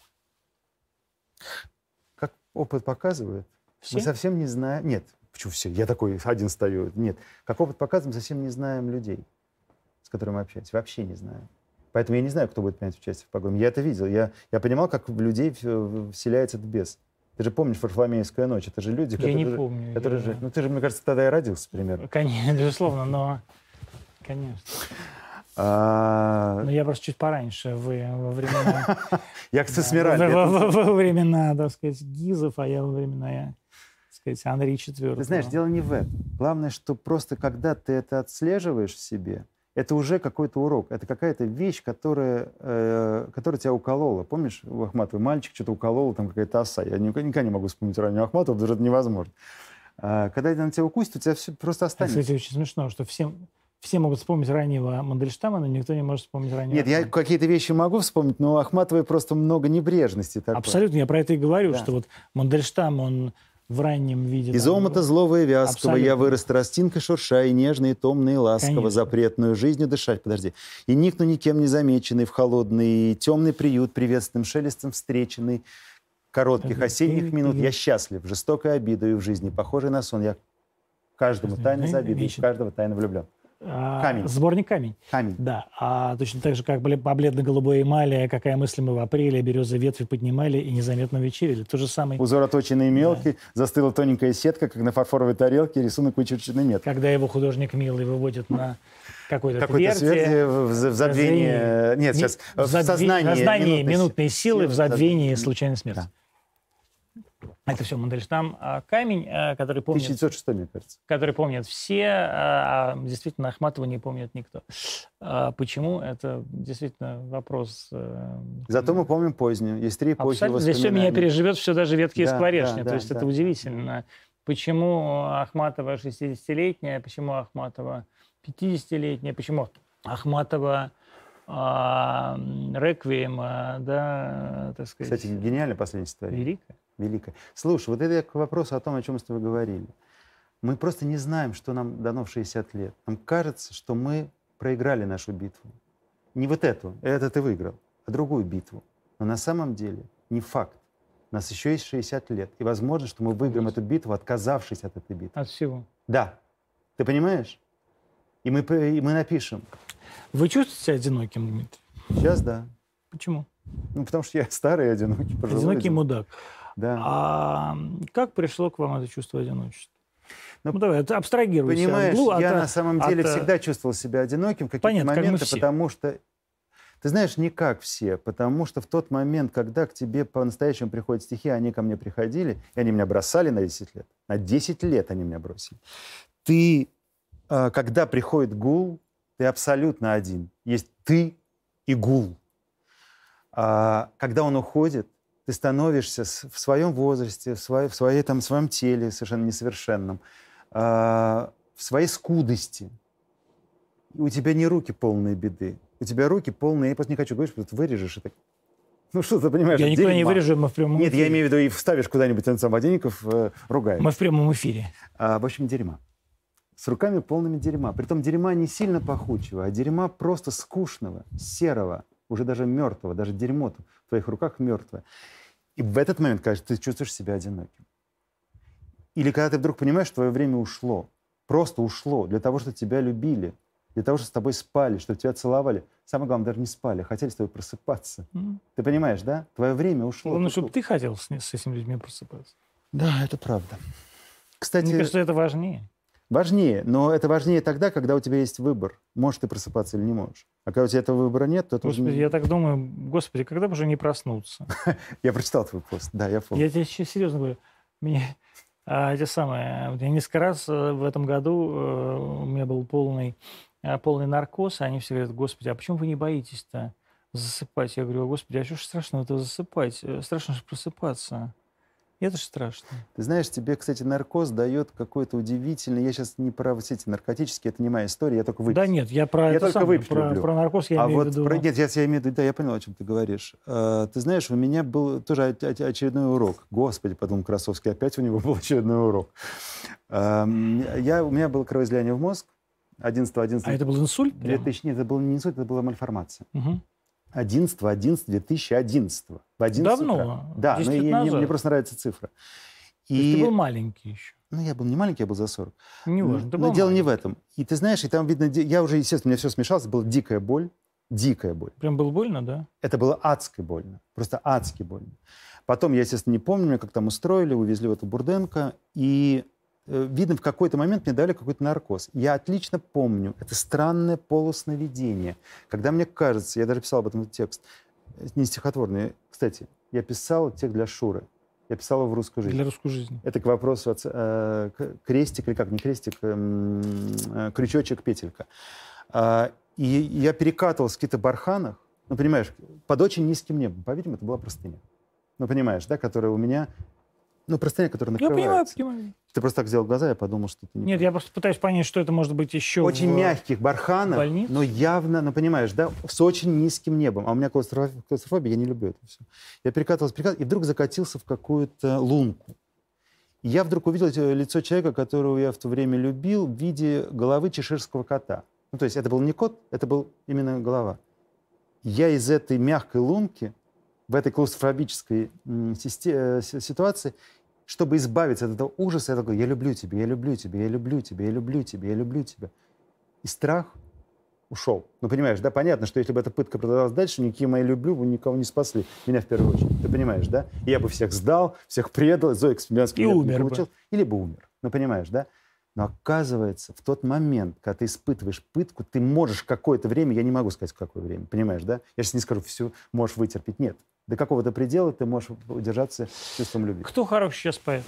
Как опыт показывает, Все? мы совсем не знаем... Нет, почему все? Я такой один стою. Нет. Как опыт показывает, мы совсем не знаем людей, с которыми мы общаемся. Вообще не знаем. Поэтому я не знаю, кто будет принять участие в погроме. Я это видел. Я, я понимал, как в людей вселяется этот бес. Ты же помнишь Варфоломеевская ночь? Это же люди, я которые... не же, помню. которые я... же, ну ты же, мне кажется, тогда и родился примерно. Конечно, безусловно, но... Конечно. А... Но я просто чуть пораньше, вы во времена... Я, кстати, смирали. Во времена, так сказать, Гизов, а я во времена, так сказать, Анри четвёртого. Ты знаешь, дело не в этом. Главное, что просто когда ты это отслеживаешь в себе, это уже какой-то урок. Это какая-то вещь, которая, э, которая тебя уколола. Помнишь, у Ахматовой мальчик что-то уколола, там какая-то оса. Я никогда не могу вспомнить раннюю Ахматову, потому что это невозможно. А, когда она тебя укусит, у тебя все просто останется. Кстати, очень смешно, что все, все могут вспомнить раннего Мандельштама, но никто не может вспомнить раннего. Нет, я Ахматовой. какие-то вещи могу вспомнить, но у Ахматовой просто много небрежности. Такой. Абсолютно, я про это и говорю, Да. что вот Мандельштам, он в раннем виде... Из там, омута злого и вязкого я абсолютно. вырос тростинкой шурша, и нежно, и томно, и ласково, Конечно. запретную жизнью дышать, подожди. И никну никем не замеченный в холодный темный приют, приветственным шелестом встреченный. Коротких Это осенних ты- минут ты- я счастлив, жестокой обидою в жизни, похожий на сон. Я каждому тайно Ты- завидую, Вечен. в каждого тайно влюблен. А, Камень. Сборник «Камень». Камень. Да, а точно так же, как были по бледно-голубой эмали, какая мысль мы в апреле, березы ветви поднимали и незаметно вечерили. То же самое, Узор оточенный и мелкий, застыла тоненькая сетка, как на фарфоровой тарелке, рисунок вычерченный нет. когда его художник милый выводит на какой-то Какой-то свет твердие, в, в забвение. Нет, ми- сейчас в в задви- сознании. сознании минутной минутные силы, в забвении Да. случайной смерти. Да. Это все Мандельштам. А «Камень», а, который помнит, тысяча девятьсот шестой, мне кажется. который помнят все, а а действительно Ахматова не помнит никто. А почему? Это действительно вопрос. э, Зато мы помним позднюю. Есть три эпохи Абсолютно. Здесь все меня воспоминаний. переживет, все даже ветки и Да, скворечни. да, То да, есть это да. удивительно. Почему Ахматова шестидесятилетняя, почему Ахматова пятидесятилетняя, почему Ахматова а, «Реквием», а, да, так сказать, Кстати, гениальное последнее стихотворение. великая. Великое. Слушай, вот это я к вопросу о том, о чем мы с тобой говорили. Мы просто не знаем, что нам дано в шестьдесят лет. Нам кажется, что мы проиграли нашу битву. Не вот эту, это ты выиграл, а другую битву. Но на самом деле не факт. У нас еще есть шестьдесят лет. И возможно, что мы выиграем эту битву, отказавшись от этой битвы. От всего. Да. Ты понимаешь? И мы, п- и мы напишем. Вы чувствуете себя одиноким, Дмитрий? Сейчас да. Почему? Ну, потому что я старый, одинокий, пожилой. Одинокий мудак. Да. А как пришло к вам это чувство одиночества? Ну, Ну, давай, это абстрагируйся. от Понимаешь, глу- я от- на самом деле от, всегда чувствовал себя одиноким в какие-то понятно, как мы моменты, все. потому что, ты знаешь, не как все, потому что в тот момент, когда к тебе по-настоящему приходят стихи, они ко мне приходили, и они меня бросали на десять лет. На десять лет они меня бросили. Ты, э, когда приходит гул, ты абсолютно один. Есть ты и гул. А когда он уходит, ты становишься с- в своем возрасте, в, своей, в своей, там, своем теле совершенно несовершенном, а, в своей скудости. И у тебя не руки полные беды. У тебя руки полные, я просто не хочу говорить, что ты вырежешь и так. Ну что ты понимаешь? Я никуда не дерьма. вырежу, мы в прямом Нет, эфире. я имею в виду, и вставишь куда-нибудь Александр Воденников, э, ругает. Мы в прямом эфире. А, в общем, дерьма. С руками полными дерьма. Притом дерьма не сильно пахучего, а дерьма просто скучного, серого, уже даже мертвого, даже дерьмо в твоих руках мертвое. И в этот момент, кажется, ты чувствуешь себя одиноким. Или когда ты вдруг понимаешь, что твое время ушло, просто ушло для того, чтобы тебя любили, для того, чтобы с тобой спали, чтобы тебя целовали. Самое главное, даже не спали, а хотели с тобой просыпаться. М. Ты понимаешь, да? Твое время ушло. Главное, Ты- чтобы ты хотел с, с этими людьми просыпаться. Да, это правда. Кстати, Мне кажется, это важнее. важнее, но это важнее тогда, когда у тебя есть выбор. Можешь ты просыпаться или не можешь. А когда у тебя этого выбора нет, то это уже Господи, не- я так думаю, господи, когда бы уже не проснуться? Я прочитал твой пост, да, я помню. Я тебе сейчас серьезно говорю. Меня, а, те самые, вот я несколько раз э, в этом году э, у меня был полный, э, полный наркоз, и они все говорят: господи, а почему вы не боитесь-то засыпать? Я говорю: господи, а что ж страшного-то засыпать? Э, Страшно же просыпаться. И это же страшно. Ты знаешь, тебе, кстати, наркоз дает какой-то удивительный... Я сейчас не про все эти наркотические, это не моя история, я только выпью. Да нет, я про Я это только самое, выпить про, люблю. про наркоз я а имею вот в виду. про... Нет, я, я имею в виду, да, я понял, о чем ты говоришь. А, ты знаешь, у меня был тоже о- о- очередной урок. Господи, подумал Красовский, опять у него был очередной урок. А, я, у меня было кровоизлияние в мозг одиннадцатого одиннадцатого А это был инсульт? прямо? две тысячи... Нет, это был не инсульт, это была мальформация. Мгм. одиннадцатого одиннадцатого две тысячи одиннадцатого. В одиннадцать Давно, утра. Да, но десять лет я- мне, назад. мне просто нравится цифра. То есть И... ты был маленький еще. Ну, я был не маленький, я был за сорок. Не важно, ты Но был дело не в маленький. этом. И ты знаешь, и там видно, де- я уже, естественно, у меня все смешалось, была дикая боль, дикая боль. Прям было больно, да? Это было адски больно, просто адски больно. Потом, я, естественно, не помню, меня как там устроили, увезли в эту Бурденко, и э, видно, в какой-то момент мне дали какой-то наркоз. Я отлично помню это странное полусновидение, когда мне кажется, я даже писал об этом текст, э, не стихотворный, кстати, я писал текст для Шуры, я писал его в «Русской жизни». Для русской жизни. Это к вопросу от, э, к- крестик, или как, не крестик, эм, э, крючочек, петелька. А, И я перекатывался в каких-то барханах, ну, понимаешь, под очень низким небом. По-видимому, это была простыня. Ну, понимаешь, да, которая у меня... Ну, простыня, которая накрывается. Я понимаю, понимаю. Ты просто так сделал глаза, я подумал, что ты не... Нет, я просто пытаюсь понять, что это может быть еще очень в... мягких барханах, больнице? но явно, ну, понимаешь, да, с очень низким небом. А у меня клаустрофобия, клаустрофобия, я не люблю это все. Я перекатывался, перекатывался, и вдруг закатился в какую-то лунку. И я вдруг увидел лицо человека, которого я в то время любил, в виде головы чеширского кота. Ну, то есть это был не кот, это был именно голова. Я из этой мягкой лунки, в этой клаустрофобической ситуации, чтобы избавиться от этого ужаса, я такой: я люблю тебя, я люблю тебя, я люблю тебя, я люблю тебя, я люблю тебя. И страх ушел. Ну, понимаешь, да? Понятно, что если бы эта пытка продолжалась дальше, никакие мои «люблю» бы никого не спасли. Меня в первую очередь. Ты понимаешь, да? И я бы всех сдал, всех предал, Зоя Экспериментская и умер бы. Или бы умер. Ну, понимаешь, да? Но оказывается, в тот момент, когда ты испытываешь пытку, ты можешь какое-то время, я не могу сказать, в какое время, понимаешь, да? Я сейчас не скажу, все, можешь вытерпеть. Нет. До какого-то предела ты можешь удержаться чувством любви. Кто хороший сейчас поэт?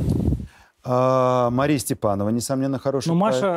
А, Мария Степанова, несомненно, хороший ну, поэт. Маша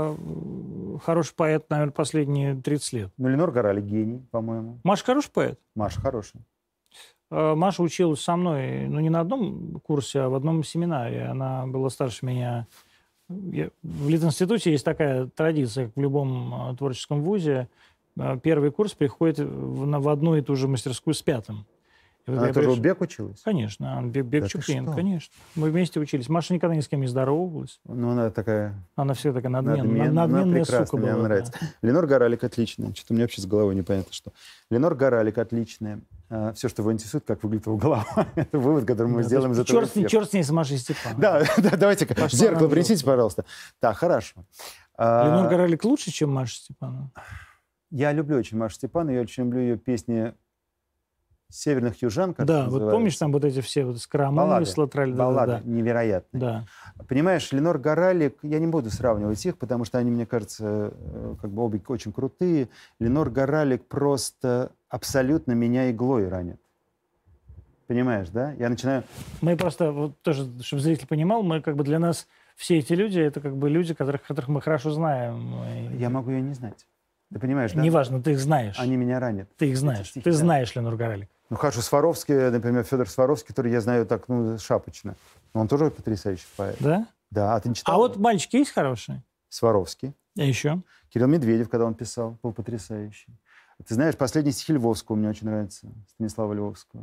э, хороший поэт, наверное, последние тридцать лет. Ну, Ленор Горалик гений, по-моему. Маша хороший поэт? Маша хороший. Э, Маша училась со мной, ну, не на одном курсе, а в одном семинаре. Она была старше меня. Я, в Литинституте есть такая традиция, как в любом э, творческом вузе. Э, первый курс приходит в, на, в одну и ту же мастерскую с пятым. И вот Она тоже приш... у Бек училась? Конечно, Бек, Бек да Чуплин, конечно. Мы вместе учились. Маша никогда ни с кем не здоровалась. Ну, она такая... Она все такая надмен... надмен... надменная сука была. Мне она нравится. Да. Ленор Горалик отличная. Что-то у меня вообще с головой непонятно что. Ленор Горалик отличная. А, все, что его интересует, как выглядит его голова. Это вывод, который мы да, сделаем из этого. Черт, черт с ней, с Машей Степановой. Да, да, давайте-ка. Пошла зеркало принесите, пожалуйста. Так, хорошо. Ленор Горалик лучше, чем Маша Степанова? Я люблю очень Машу Степанову. Я очень люблю ее песни «Северных южан». Да, вот называется. Помнишь, там вот эти все вот скромы, слотрали. Баллады да, да. невероятные. Да. Понимаешь, Ленор Горалик, я не буду сравнивать их, потому что они, мне кажется, как бы обе очень крутые. Ленор Горалик просто абсолютно меня иглой ранит. Понимаешь, да? Я начинаю... Мы просто, вот тоже, чтобы зритель понимал, мы как бы для нас все эти люди, это как бы люди, которых, которых мы хорошо знаем. Я могу ее не знать. Ты понимаешь, да? Неважно, ты их знаешь. Они меня ранят. Ты их знаешь. Стихи, ты да. знаешь Ленор Горалик. Ну, хорошо, Сваровский, например, Федор Сваровский, который я знаю так, ну, шапочно. Он тоже потрясающий поэт. Да? Да. А ты не читал? А вот мальчики есть хорошие? Сваровский. А еще? Кирилл Медведев, когда он писал, был потрясающий. Ты знаешь, последний стихи Львовского мне очень нравится. Станислава Львовского.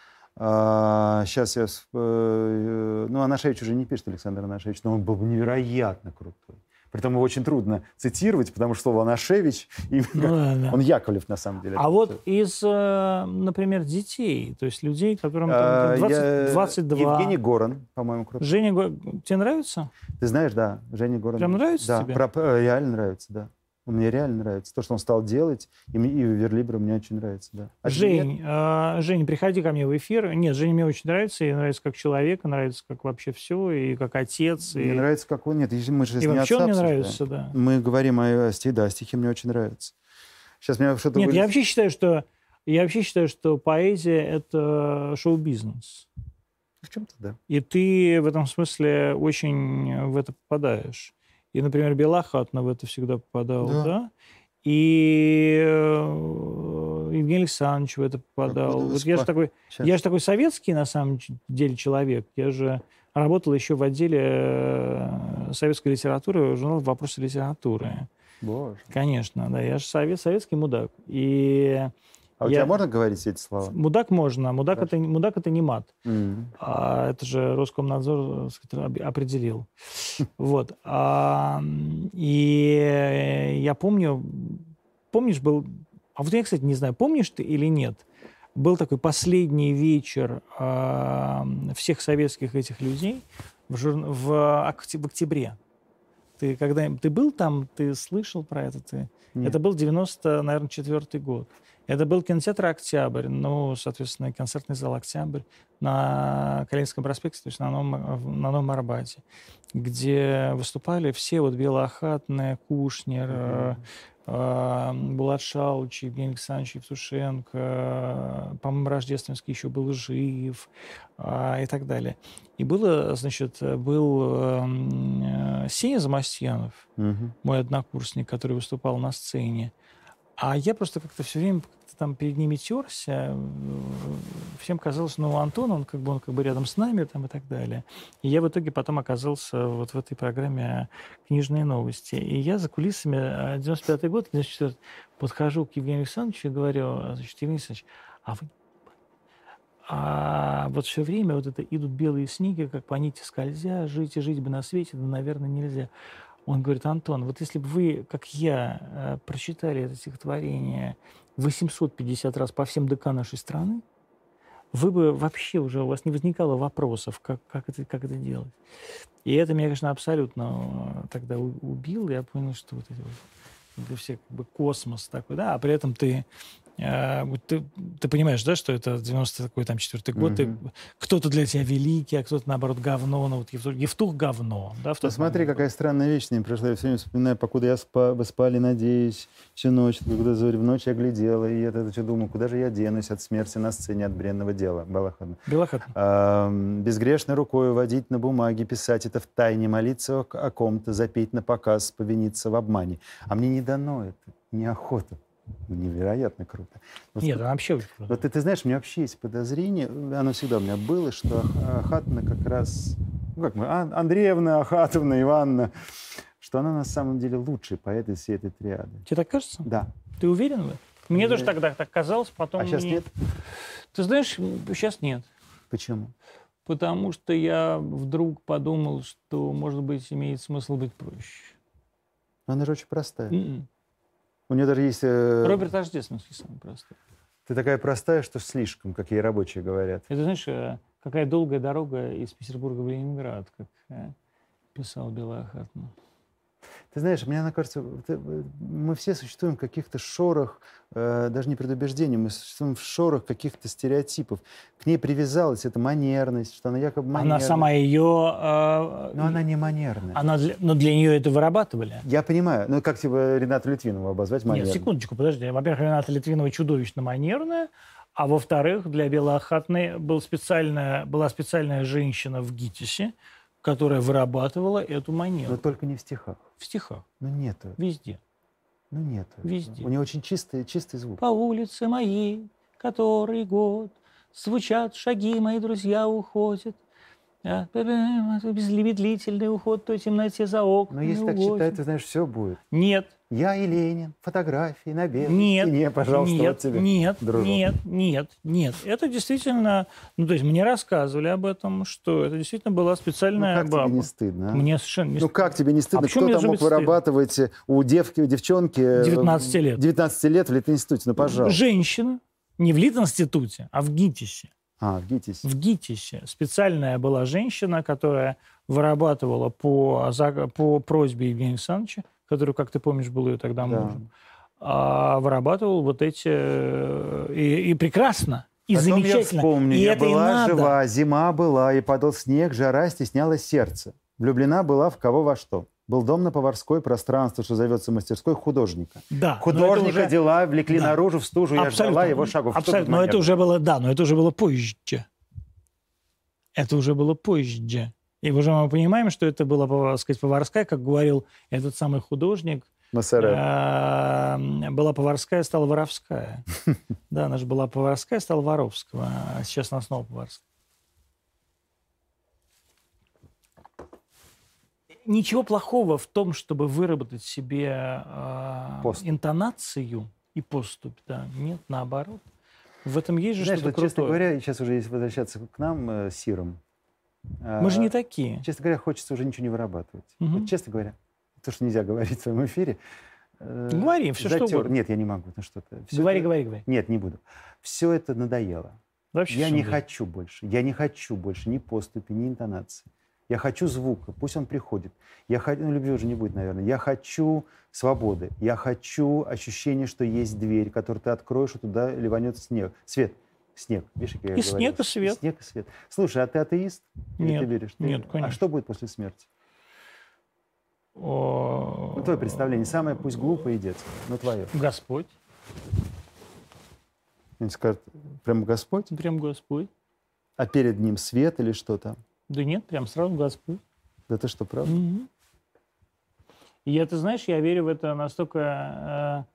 А, сейчас я... Э, ну, Анашевич уже не пишет, Александр Анашевич, но он был невероятно крутой. Притом его очень трудно цитировать, потому что слово «Анашевич», ну, да, да. он Яковлев, на самом деле. А вот из, например, детей, то есть людей, которым там, двадцать, Я... двадцать два... Евгений Горан, по-моему, крутой. Женя Горан... Тебе нравится? Ты знаешь, да, Женя Горан. Прям нравится да, тебе? Про... Реально нравится, да. Он мне реально нравится. То, что он стал делать, и, и Верлибра мне очень нравится, да. А Жень, э, Жень, приходи ко мне в эфир. Нет, Женя мне очень нравится, и нравится как человек, и нравится как вообще все, и как отец. Мне и... нравится, как он... Нет, мы же и не вообще отца он мне обсуждаем. нравится, да. Мы говорим о стихе, да, стихи мне очень нравятся. Сейчас меня что-то... Нет, вылез... я вообще считаю, что я вообще считаю, что поэзия — это шоу-бизнес. В чем-то, да. И ты в этом смысле очень в это попадаешь. И, например, Белла Хатна в это всегда попадал, да? да? И Евгений Александрович в это попадал. Вот я же такой, я же такой советский, на самом деле, человек. Я же работал еще в отделе советской литературы, журнал «Вопросы литературы». Боже. Конечно, да. Я же совет, советский мудак. И а у я... тебя можно говорить эти слова? Мудак можно. Мудак, это, мудак это не мат. Mm-hmm. А, это же Роскомнадзор определил. Вот. А, и я помню... Помнишь, был... А вот я, кстати, не знаю, помнишь ты или нет, был такой последний вечер а, всех советских этих людей в, жур... в, в октябре. Ты, когда... ты был там, ты слышал про это? Ты... Это был девяносто, наверное, четвёртый год. Это был кинотеатр «Октябрь», ну, соответственно, концертный зал «Октябрь» на Калининском проспекте, то есть на Новом, на Новом Арбате, где выступали все, вот Белла Хатна, Кушнер, mm-hmm. э, э, Булат Шалыч, Евгений Александрович Евтушенко, э, по-моему, Рождественский еще был жив э, и так далее. И было, значит, был э, Сеня Замастьянов, mm-hmm. мой однокурсник, который выступал на сцене. А я просто как-то все время как-то там перед ними терся. Всем казалось, ну, Антон, он как бы, он как бы рядом с нами там, и так далее. И я в итоге потом оказался вот в этой программе «Книжные новости». И я за кулисами, девяносто пятый год, девяносто четвёртый, подхожу к Евгению Александровичу и говорю: значит, Евгений Александрович, а вы... А вот все время вот это идут белые снеги, как по нити скользя, жить и жить бы на свете, да, наверное, нельзя. Он говорит: Антон, вот если бы вы, как я, прочитали это стихотворение восемьсот пятьдесят раз по всем ДК нашей страны, вы бы вообще уже, у вас не возникало вопросов, как, как, это, как это делать. И это меня, конечно, абсолютно тогда убило. Я понял, что вот эти вот, это все как бы космос такой, да, а при этом ты... Ты, ты понимаешь, да, что это девяносто четвёртый год, mm-hmm. ты, кто-то для тебя великий, а кто-то, наоборот, говно. Ну, вот Евтух, Евтух говно. Да, в Посмотри, какая был. Странная вещь с ним пришла. Я все время вспоминаю, покуда я спа, вы спали, надеюсь, всю ночь, когда в ночь я глядела, и я это что думаю, куда же я денусь от смерти на сцене, от бренного дела. Балахадна. Балахадна. А, безгрешной рукой водить на бумаге, писать это в тайне, молиться о ком-то, запеть на показ, повиниться в обмане. А мне не дано это, неохота. Невероятно круто. Вот, Нет, она вообще очень круто. Вот ты, ты знаешь, у меня вообще есть подозрение, оно всегда у меня было, что Ахатовна как раз, ну как мы, Андреевна, Ахатовна, Ивановна, что она на самом деле лучший поэт из всей этой триады. Тебе так кажется? Да. Ты уверен в этом? Мне Я... тоже тогда так казалось, потом... А сейчас мне... нет? Ты знаешь, сейчас нет. Почему? Потому что я вдруг подумал, что, может быть, имеет смысл быть проще. Но она же очень простая. Mm-mm. У нее даже есть... Э... Роберт Рождественский самый простой. Ты такая простая, что слишком, как ей рабочие говорят. Это, знаешь, какая долгая дорога из Петербурга в Ленинград, как писал Белая Ахатовна. Ты знаешь, мне она кажется, мы все существуем в каких-то шорах, э, даже не предубеждений, мы существуем в шорах каких-то стереотипов. К ней привязалась эта манерность, что она якобы манерная. Она сама ее... Э, но она не манерная. Она для, но для нее это вырабатывали. Я понимаю. Ну, как типа Ренату Литвинову обозвать манерной? Нет, секундочку, подожди. Во-первых, Рената Литвинова чудовищно манерная, а во-вторых, для Белой Ахатовны был специальная, была специальная женщина в ГИТИСе, которая вырабатывала эту манеру. Но только не в стихах. В стихах. Ну, нету. Везде. Ну, нету. Везде. У нее очень чистый, чистый звук. По улице моей, который год, звучат шаги, мои друзья уходят. Безлимитлительный уход той темноте за окнами. Но если так читать, ты знаешь, все будет. Нет. Я и Ленин, фотографии на белой нет, стене, пожалуйста, нет, вот тебе, Нет, дружок. нет, нет, нет. Это действительно... Ну, то есть мне рассказывали об этом, что это действительно была специальная ну, как баба. тебе не стыдно, а? Мне совершенно не ну, стыдно. Ну, как тебе не стыдно? А Кто там мог вырабатывать стыдно? У девки, у девчонки... девятнадцати лет. девятнадцати лет в Литинституте, ну, пожалуйста. Женщина, не в Литинституте, а в ГИТИСе. А, в ГИТИСе. В ГИТИСе. Специальная была женщина, которая вырабатывала по, по просьбе Евгения Александровича, который, как ты помнишь, был ее тогда да. мужем, а вырабатывал вот эти... И, и прекрасно, и Потом замечательно. Я вспомню, и я это была и надо. жива, зима была, и падал снег, жара стесняла сердце. Влюблена была в кого во что. Был дом на Поварской, пространство, что зовется мастерской художника. Да, Художника уже... дела влекли да. наружу в стужу, я абсолютно. ждала его шагов. Абсолютно, но это уже было, да, но это уже было позже. Это уже было позже. И уже мы понимаем, что это была, так сказать, Поварская, как говорил этот самый художник. Была Поварская, стала Воровская. Да, она же была Поварская, стала Воровского, а сейчас она снова Поварская. Ничего плохого в том, чтобы выработать себе интонацию и поступь, да, нет, наоборот. В этом есть же Знаешь, что-то вот, крутое. Честно говоря, сейчас уже если возвращаться к нам э, с Иром. Мы э, же не такие. Честно говоря, хочется уже ничего не вырабатывать. Угу. Вот, честно говоря, то, что нельзя говорить в своем эфире. Э, говори, все затер... что угодно. Нет, я не могу. Ну, что-то. Говори, это... говори, говори. Нет, не буду. Все это надоело. Вообще я не надо. хочу больше. Я не хочу больше ни поступи, ни интонации. Я хочу звука, пусть он приходит. Я хочу, ну, любви уже не будет, наверное. Я хочу свободы. Я хочу ощущения, что есть дверь, которую ты откроешь, и туда ливанет снег. Свет. Снег. Видишь, как я и говорил? снег, и свет. И снег, и свет. Слушай, а ты атеист? Нет. Или ты веришь? Ты... Нет, конечно. А что будет после смерти? О... Ну, твое представление. Самое пусть глупое и детское, но твое. Господь. Они скажут, прям Господь? Прям Господь. А перед ним свет или что там? Да нет, прям сразу Господь. Да ты что, правда? Mm-hmm. И я, ты знаешь, я верю в это настолько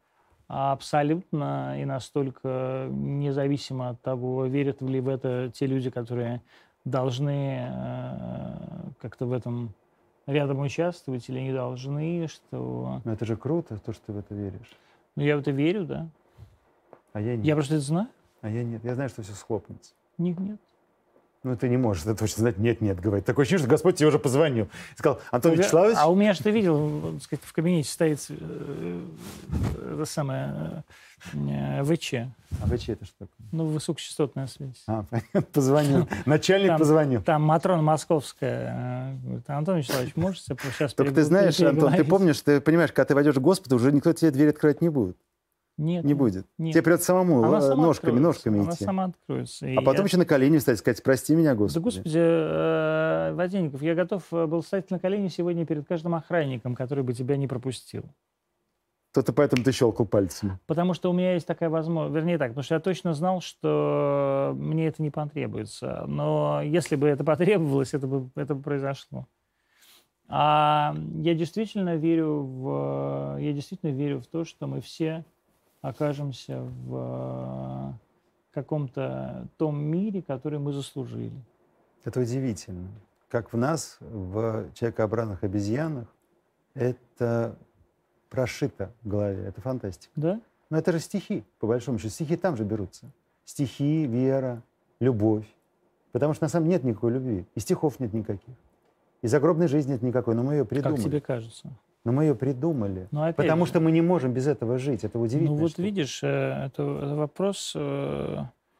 абсолютно и настолько независимо от того, верят ли в это те люди, которые должны э, как-то в этом рядом участвовать или не должны, что... Но это же круто, то, что ты в это веришь. Ну, я в это верю, да. А я нет. Я просто это знаю. А я нет. Я знаю, что все схлопнется. Нет, нет. Ну, ты не можешь это точно знать. Нет, нет, говорить. Такое ощущение, что Господь тебе уже позвонил. Сказал: Антон Вячеславович... А у меня, что ты видел, так сказать, в кабинете стоит э, это самое э, ВЧ. А ВЧ это что такое? Ну, высокочастотная связь. А, понятно. Позвонил. Начальник там, позвонил. Там Матрона Московская. э, Говорит: Антон Вячеславович, можете сейчас Только ты знаешь, Антон, ты помнишь, ты понимаешь, когда ты войдешь к Господу, уже никто тебе дверь открывать не будет. Нет. Не будет. Нет. Тебе придется самому Она сама ножками, ножками Она идти. сама откроется. А потом я... еще на колени встать, сказать: прости меня, Господи. Да, Господи, э, Воденников, я готов был встать на колени сегодня перед каждым охранником, который бы тебя не пропустил. То-то поэтому ты щелкал пальцами. Потому что у меня есть такая возможность, вернее так, потому что я точно знал, что мне это не потребуется. Но если бы это потребовалось, это бы, это бы произошло. А я действительно верю в, я действительно верю в то, что мы все окажемся в каком-то том мире, который мы заслужили. Это удивительно. Как в нас, в человекообразных обезьянах, это прошито в голове. Это фантастика. Да? Но это же стихи, по большому счету. Стихи там же берутся. Стихи, вера, любовь. Потому что на самом деле нет никакой любви. И стихов нет никаких. И загробной жизни нет никакой. Но мы ее придумали. Как тебе кажется? Но мы ее придумали. Но опять потому же, что мы не можем без этого жить. Это удивительно. Ну вот штука. видишь, это, это вопрос э,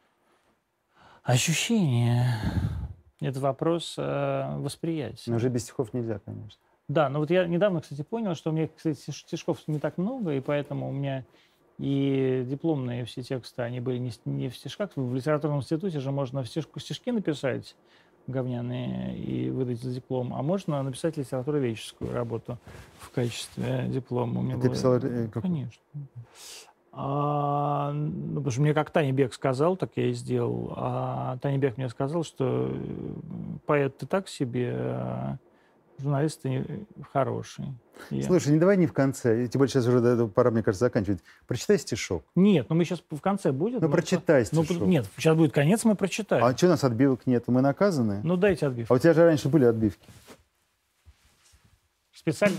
ощущения. Это вопрос э, восприятия. Но уже без стихов нельзя, конечно. Да, но вот я недавно, кстати, понял, что у меня, кстати, стишков не так много, и поэтому у меня и дипломные все тексты, они были не, не в стишках. В литературном институте же можно в стишку, стишки написать говняные и выдать за диплом, а можно написать литературоведческую работу в качестве диплома. У меня А ты было... писал... э, как- Конечно. А, ну, потому что мне как Таня Бек сказал, так я и сделал. А Таня Бек мне сказал, что поэт ты так себе, а журналист ты не- хороший. Я- Слушай, не давай не в конце. Тем более сейчас уже да, пора, мне кажется, заканчивать. Прочитай стишок. Нет, ну мы сейчас в конце будет. Ну, мы- прочитай Ну, стишок. нет, сейчас будет конец, мы прочитаем. А что у нас отбивок нет? Мы наказаны? Ну, дайте отбивку. А у тебя же раньше были отбивки. Специально.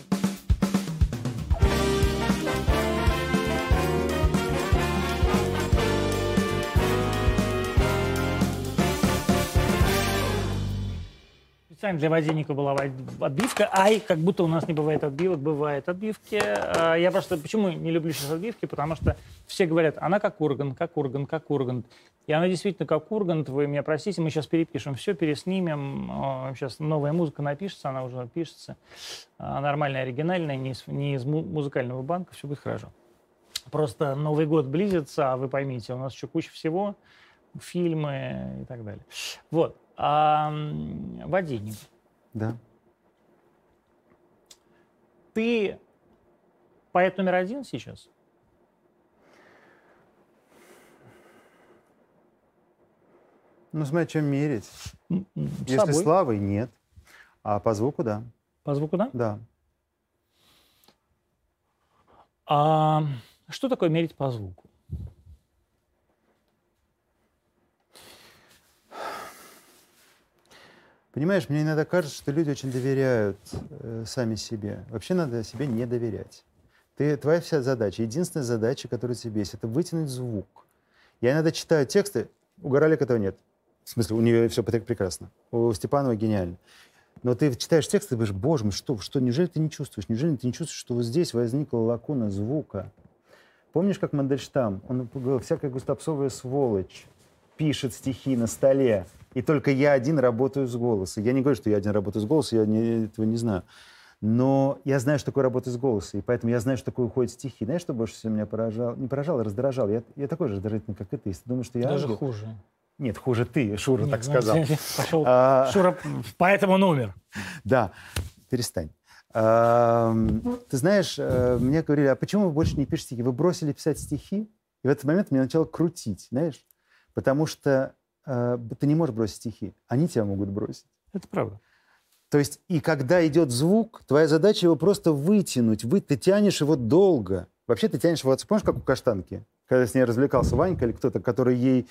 Специально для Воденникова была отбивка. Ай, как будто у нас не бывает отбивок, бывает отбивки. А, Я просто почему не люблю сейчас отбивки? Потому что все говорят: она как Ургант, как Ургант, как Ургант. И она действительно как Ургант. Вы меня простите, мы сейчас перепишем все, переснимем. О, Сейчас новая музыка напишется, она уже пишется. А, Нормальная, оригинальная, не из, не из му- музыкального банка, все будет хорошо. Просто Новый год близится, а вы поймите, у нас еще куча всего, фильмы и так далее. Вот. А, м, Воденников, Да. ты поэт номер один сейчас? Ну, смотри, чем мерить. М, м, с Если собой. славой, нет. А по звуку, да. По звуку, да? Да. А что такое мерить по звуку? Понимаешь, мне иногда кажется, что люди очень доверяют э, сами себе. Вообще надо себе не доверять. Ты, твоя вся задача, единственная задача, которая у тебя есть, это вытянуть звук. Я иногда читаю тексты, у Горалик этого нет. В смысле, у нее все прекрасно. У Степанова гениально. Но ты читаешь текст и говоришь: боже мой, что, что, неужели ты не чувствуешь? Неужели ты не чувствуешь, что вот здесь возникла лакуна звука? Помнишь, как Мандельштам, он говорил: всякая густопсовая сволочь пишет стихи на столе, и только я один работаю с голоса. Я не говорю, что я один работаю с голоса, я не, этого не знаю. Но я знаю, что такое работа с голосом, и поэтому я знаю, что такое уходят стихи. Знаешь, что больше всего меня поражало? Не поражало, а раздражало. Я, я такой же раздражительный, как и ты. Если ты думаешь, что я Даже ангел- хуже. Нет, хуже ты, Шура Нет, так ну, сказал. Пошел А, Шура, поэтому номер. Да, перестань. А, Ты знаешь, э, мне говорили: а почему вы больше не пишете стихи? Вы бросили писать стихи? И в этот момент меня начало крутить, знаешь? Потому что э, ты не можешь бросить стихи. Они тебя могут бросить. Это правда. То есть, и когда идет звук, твоя задача его просто вытянуть. Вы, ты тянешь его долго. Вообще ты тянешь волосы, помнишь, как у каштанки? Когда с ней развлекался Ванька или кто-то, который ей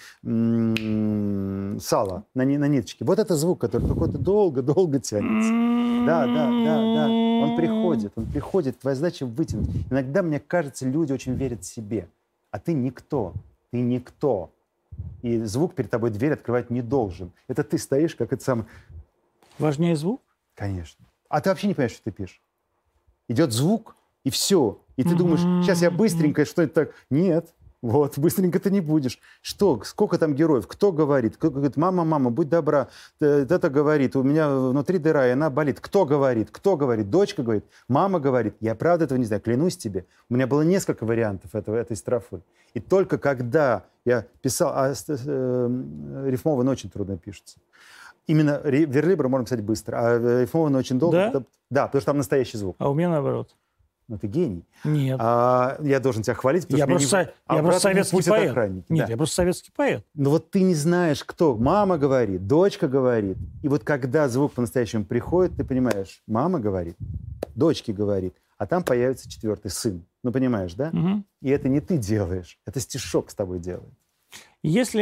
м-м, сало на, на ниточке. Вот это звук, который какой-то долго-долго тянется. Да, да, да, да. Он приходит, он приходит. Твоя задача вытянуть. Иногда, мне кажется, люди очень верят себе. А ты никто. Ты никто. И звук перед тобой дверь открывать не должен. Это ты стоишь, как это самое... Важнее звук? Конечно. А ты вообще не понимаешь, что ты пишешь. Идет звук, и все. И ты думаешь, сейчас я быстренько что-нибудь так... Нет. Вот, быстренько ты не будешь. Что, сколько там героев? Кто говорит? Кто говорит, мама, мама, будь добра. Это говорит, у меня внутри дыра, и она болит. Кто говорит? Кто говорит? Дочка говорит, мама говорит. Я правда этого не знаю, клянусь тебе. У меня было несколько вариантов этого, этой строфы. И только когда я писал... А, э, рифмованно очень трудно пишется. Именно верлибр можно писать быстро, а рифмованно очень долго. Да? Это, да, потому что там настоящий звук. А у меня наоборот. Ну, ты гений. Нет. А, я должен тебя хвалить, потому я что... Просто, не... а я просто советский поэт. Охранники. Нет, да. я просто советский поэт. Но вот ты не знаешь, кто. Мама говорит, дочка говорит. И вот когда звук по-настоящему приходит, ты понимаешь, мама говорит, дочке говорит, а там появится четвертый, сын. Ну, понимаешь, да? Угу. И это не ты делаешь, это стишок с тобой делает. Если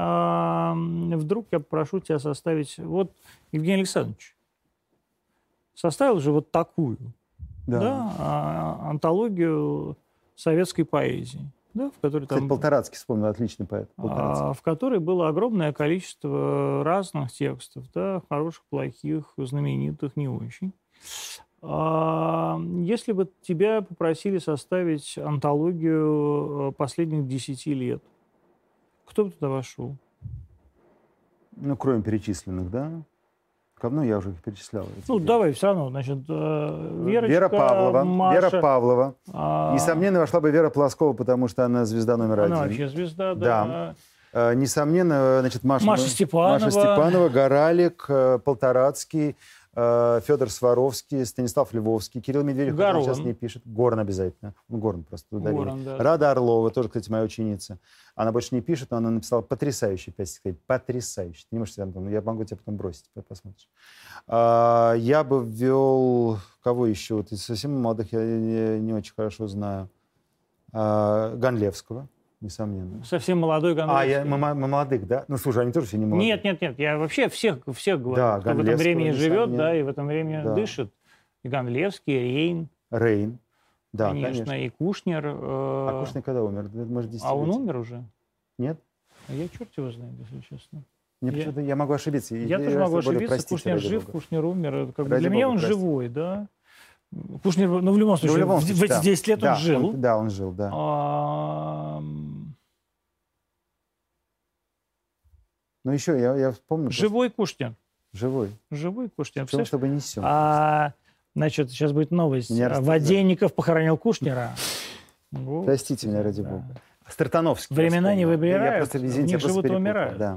э, вдруг я попрошу тебя составить... Вот Евгений Александрович составил же вот такую... Да. Да, а, антологию советской поэзии, да, в которой Кстати, там, Полторацкий вспомнил, отличный поэт. А, в которой было огромное количество разных текстов, да, хороших, плохих, знаменитых, не очень. А, если бы тебя попросили составить антологию последних десяти лет, кто бы туда вошел? Ну, кроме перечисленных, да? Ну, я уже их перечислял. Ну, дела. Давай, все равно, значит, Верочка, Вера Павлова. Маша, Вера Павлова. А... Несомненно, вошла бы Вера Плоскова, потому что она звезда номер она один. Она вообще звезда, да. да. Несомненно, значит, Маша, Маша Степанова. Маша Степанова, Горалик, Полторацкий, Федор Сваровский, Станислав Львовский, Кирилл Медведев, который сейчас не пишет. Горн обязательно. Ну, Горн просто ударил. Горн, да. Рада Орлова, тоже, кстати, моя ученица. Она больше не пишет, но она написала потрясающие пять стихотворений. Потрясающие. Ты не можешь себя там... Я могу тебя потом бросить, посмотришь. А, я бы ввел... Кого еще? Вот из совсем молодых я не, не очень хорошо знаю. А, Ганлевского. Несомненно. Совсем молодой Ганлевский. А, я, мы, мы молодых, да? Ну, слушай, они тоже все не молодые. Нет, нет, нет. Я вообще всех, всех говорю, да, кто в этом времени живет, да, и в этом времени да. дышит. И Ганлевский, и Рейн. Рейн, да, конечно. конечно. И Кушнер. Э... А Кушнер когда умер? Может, а он умер уже? Нет. А я черт его знает, если честно. Мне я... я могу ошибиться. Я, я тоже могу ошибиться. Кушнер жив, Бога. Кушнер умер. Как бы для Бога, меня он простите. живой, да. Кушнер, ну, в любом случае, ну, в, любом случае, в эти да. десять лет да, он жил. Он, да, он жил, да. А... Ну, еще я, я вспомню. Живой просто. Кушнер. Живой. Живой Кушнер. Чем чтобы несем. А, значит, сейчас будет новость. Воденников похоронил Кушнера. Вот. Простите меня, ради да. Бога. Стартановский. Времена не выбирают. Я просто, извините, в них живут и умирают. Да.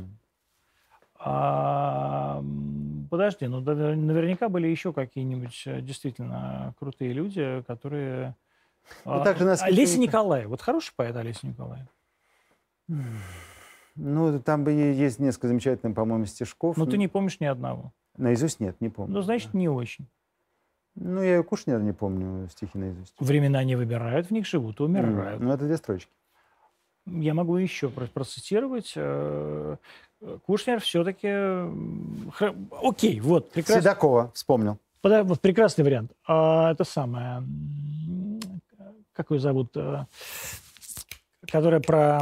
А, подожди, ну наверняка были еще какие-нибудь действительно крутые люди, которые... Ну, а, также нас... Олеся Николаева. Вот хороший поэт Олеся Николаева. Ну, там бы есть несколько замечательных, по-моему, стишков. Но ты не помнишь ни одного. Наизусть нет, не помню. Ну, значит, не очень. Ну, я и Кушнера не помню стихи наизусть. Времена не выбирают, в них живут и умирают. Mm. Ну, это две строчки. Я могу еще процитировать. Кушнер все-таки... Окей, вот. Прекрасный... Седокова вспомнил. Вот прекрасный вариант. А, это самое... Как ее зовут? Которая про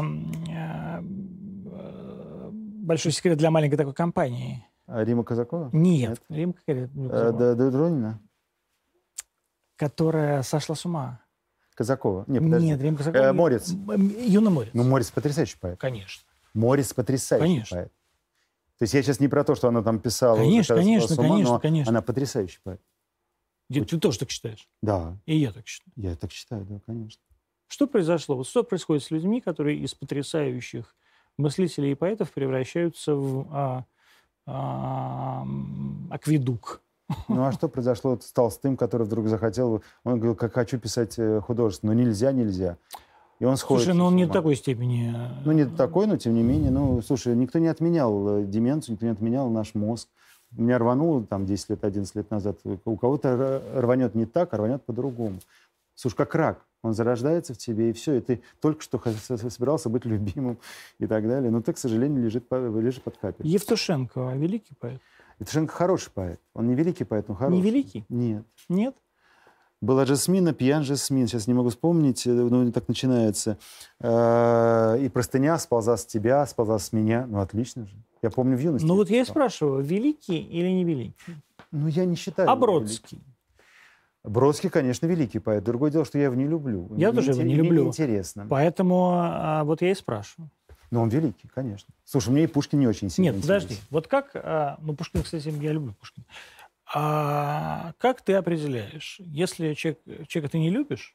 большой секрет для маленькой такой компании. А Рима Казакова? Нет. Нет. Рима Казакова. Дудронина? Которая сошла с ума. Казакова? Нет, подожди. Нет, Рима Казакова. Э, Морец. Юна Морец. Ну, Морец потрясающий поэт. Конечно. Морец потрясающий конечно. поэт. То есть я сейчас не про то, что она там писала. Конечно, уже, конечно, ума, конечно, но конечно. Она потрясающий поэт. Ты Очень... тоже так считаешь? Да. И я так считаю. Я так считаю, да, конечно. Что произошло? Вот что происходит с людьми, которые из потрясающих мыслителей и поэтов превращаются в а, а, акведук? Ну а что произошло с Толстым, который вдруг захотел... Он говорил, как хочу писать художественно, но нельзя, нельзя. И он сходит. Слушай, ну он не до такой степени... Ну не до такой, но тем не менее. Ну, слушай, никто не отменял деменцию, никто не отменял наш мозг. У меня рвануло там десять лет, одиннадцать лет назад. У кого-то рванет не так, а рванет по-другому. Слушай, как рак. Он зарождается в тебе, и все. И ты только что собирался быть любимым и так далее. Но ты, к сожалению, лежит, лежит под капель. Евтушенко великий поэт? Евтушенко хороший поэт. Он не великий поэт, но хороший. Не великий? Нет. Нет? Была Жасмина, пьян Жасмин. Сейчас не могу вспомнить, но так начинается. И простыня сползла с тебя, сползла с меня. Ну, отлично же. Я помню в юности. Ну, вот я и спрашиваю, великий или не великий? Ну, я не считаю. А Бродский? Великий. Бродский, конечно, великий поэт. Другое дело, что я его не люблю. Я мне тоже его не люблю. Интересно. Поэтому а, вот я и спрашиваю. Но он великий, конечно. Слушай, мне и Пушкин не очень сильно Нет, интересен. подожди. Вот как... А, ну, Пушкин, кстати, я люблю Пушкина. А как ты определяешь, если человек, человека ты не любишь,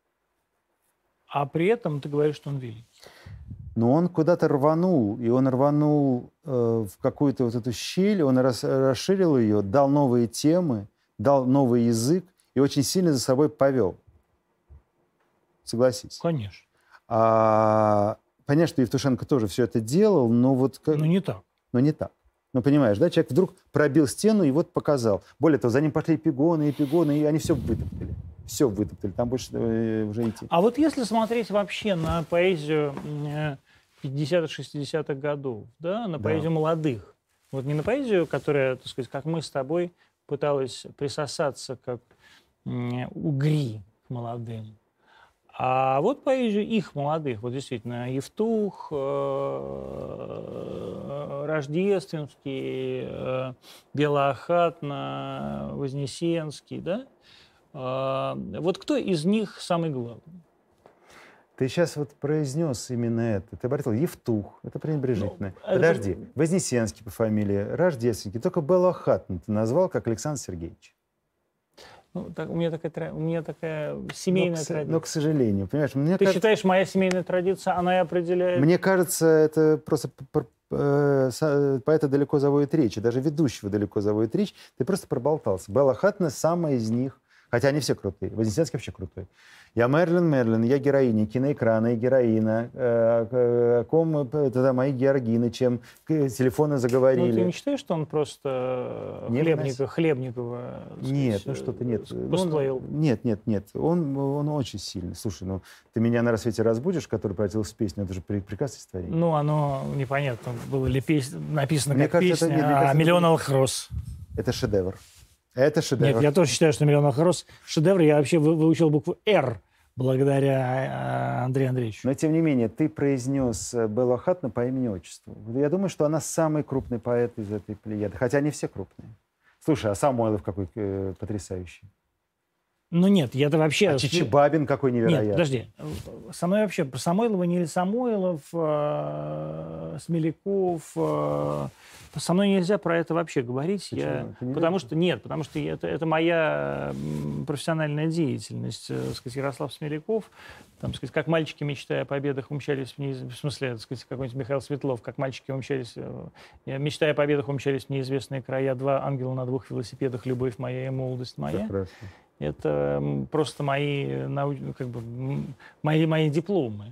а при этом ты говоришь, что он великий? Но он куда-то рванул, и он рванул э, в какую-то вот эту щель, он рас, расширил ее, дал новые темы, дал новый язык и очень сильно за собой повел. Согласись. Конечно. А, понятно, что Евтушенко тоже все это делал, но вот... Как... Но не так. Но не так. Ну, понимаешь, да? Человек вдруг пробил стену и вот показал. Более того, за ним пошли эпигоны, эпигоны, и они все вытоптали. Все вытоптали. Там больше э, уже идти. А вот если смотреть вообще на поэзию пятидесятых-шестидесятых годов, да, на поэзию да. молодых, вот не на поэзию, которая, так сказать, как мы с тобой, пыталась присосаться как угри к молодым, а вот поэзию их молодых, вот действительно, Евтух, Рождественский, Белоахатна, Вознесенский, да? Вот кто из них самый главный? Ты сейчас вот произнес именно это. Ты обратил Евтух, это пренебрежительно. Ну, Подожди, это... Вознесенский по фамилии, Рождественский. Только Белоахатна ты назвал, как Александр Сергеевич. Ну, так, у, меня такая, у меня такая семейная но, традиция. Но, к сожалению, понимаешь, мне Ты кажется, считаешь, моя семейная традиция, она и определяет? Мне кажется, это просто поэта далеко заводит речь, и даже ведущего далеко заводит речь. Ты просто проболтался. Белоахатна самая из них, хотя они все крутые. Вознесенский вообще крутой. Я Мерлин Мерлин, я героиня киноэкрана и героина. О ком тогда мои Георгины, чем телефоны заговорили. Ну, ты не считаешь, что он просто Хлебникова, Хлебникова Нет, ну что-то нет. Косплеил? Ну, нет, нет, нет. Он, он очень сильный. Слушай, ну ты меня на рассвете разбудишь, который превратился в песню, это же прекрасное стихотворение. Ну, оно непонятно, было ли песня, написано Мне как кажется, песня, это, мне а кажется, «Миллион это... алых роз». Это шедевр. Это шедевр. Нет, я тоже считаю, что «Миллион алых роз» шедевр. Я вообще выучил букву «Р» благодаря Андрею Андреевичу. Но, тем не менее, ты произнес Белоахатну по имени-отчеству. Я думаю, что она самый крупный поэт из этой плеяды. Хотя они все крупные. Слушай, а Самойлов какой э, потрясающий. Ну нет, я-то вообще... А Чичибабин какой невероятный. Нет, подожди. Со мной вообще про Самойлова не Самойлов, э, Смеляков... Э, со мной нельзя про это вообще говорить. Я, потому что нет, потому что это, это моя профессиональная деятельность. Так сказать, Ярослав Смеляков, там, сказать, как мальчики, мечтая о победах, умчались в неизвестные... В смысле, так сказать, какой-нибудь Михаил Светлов, как мальчики умчались... Мечтая о победах, умчались в неизвестные края. Два ангела на двух велосипедах, любовь моя и молодость моя. Прекрасно. Это просто мои, как бы, мои, мои дипломы.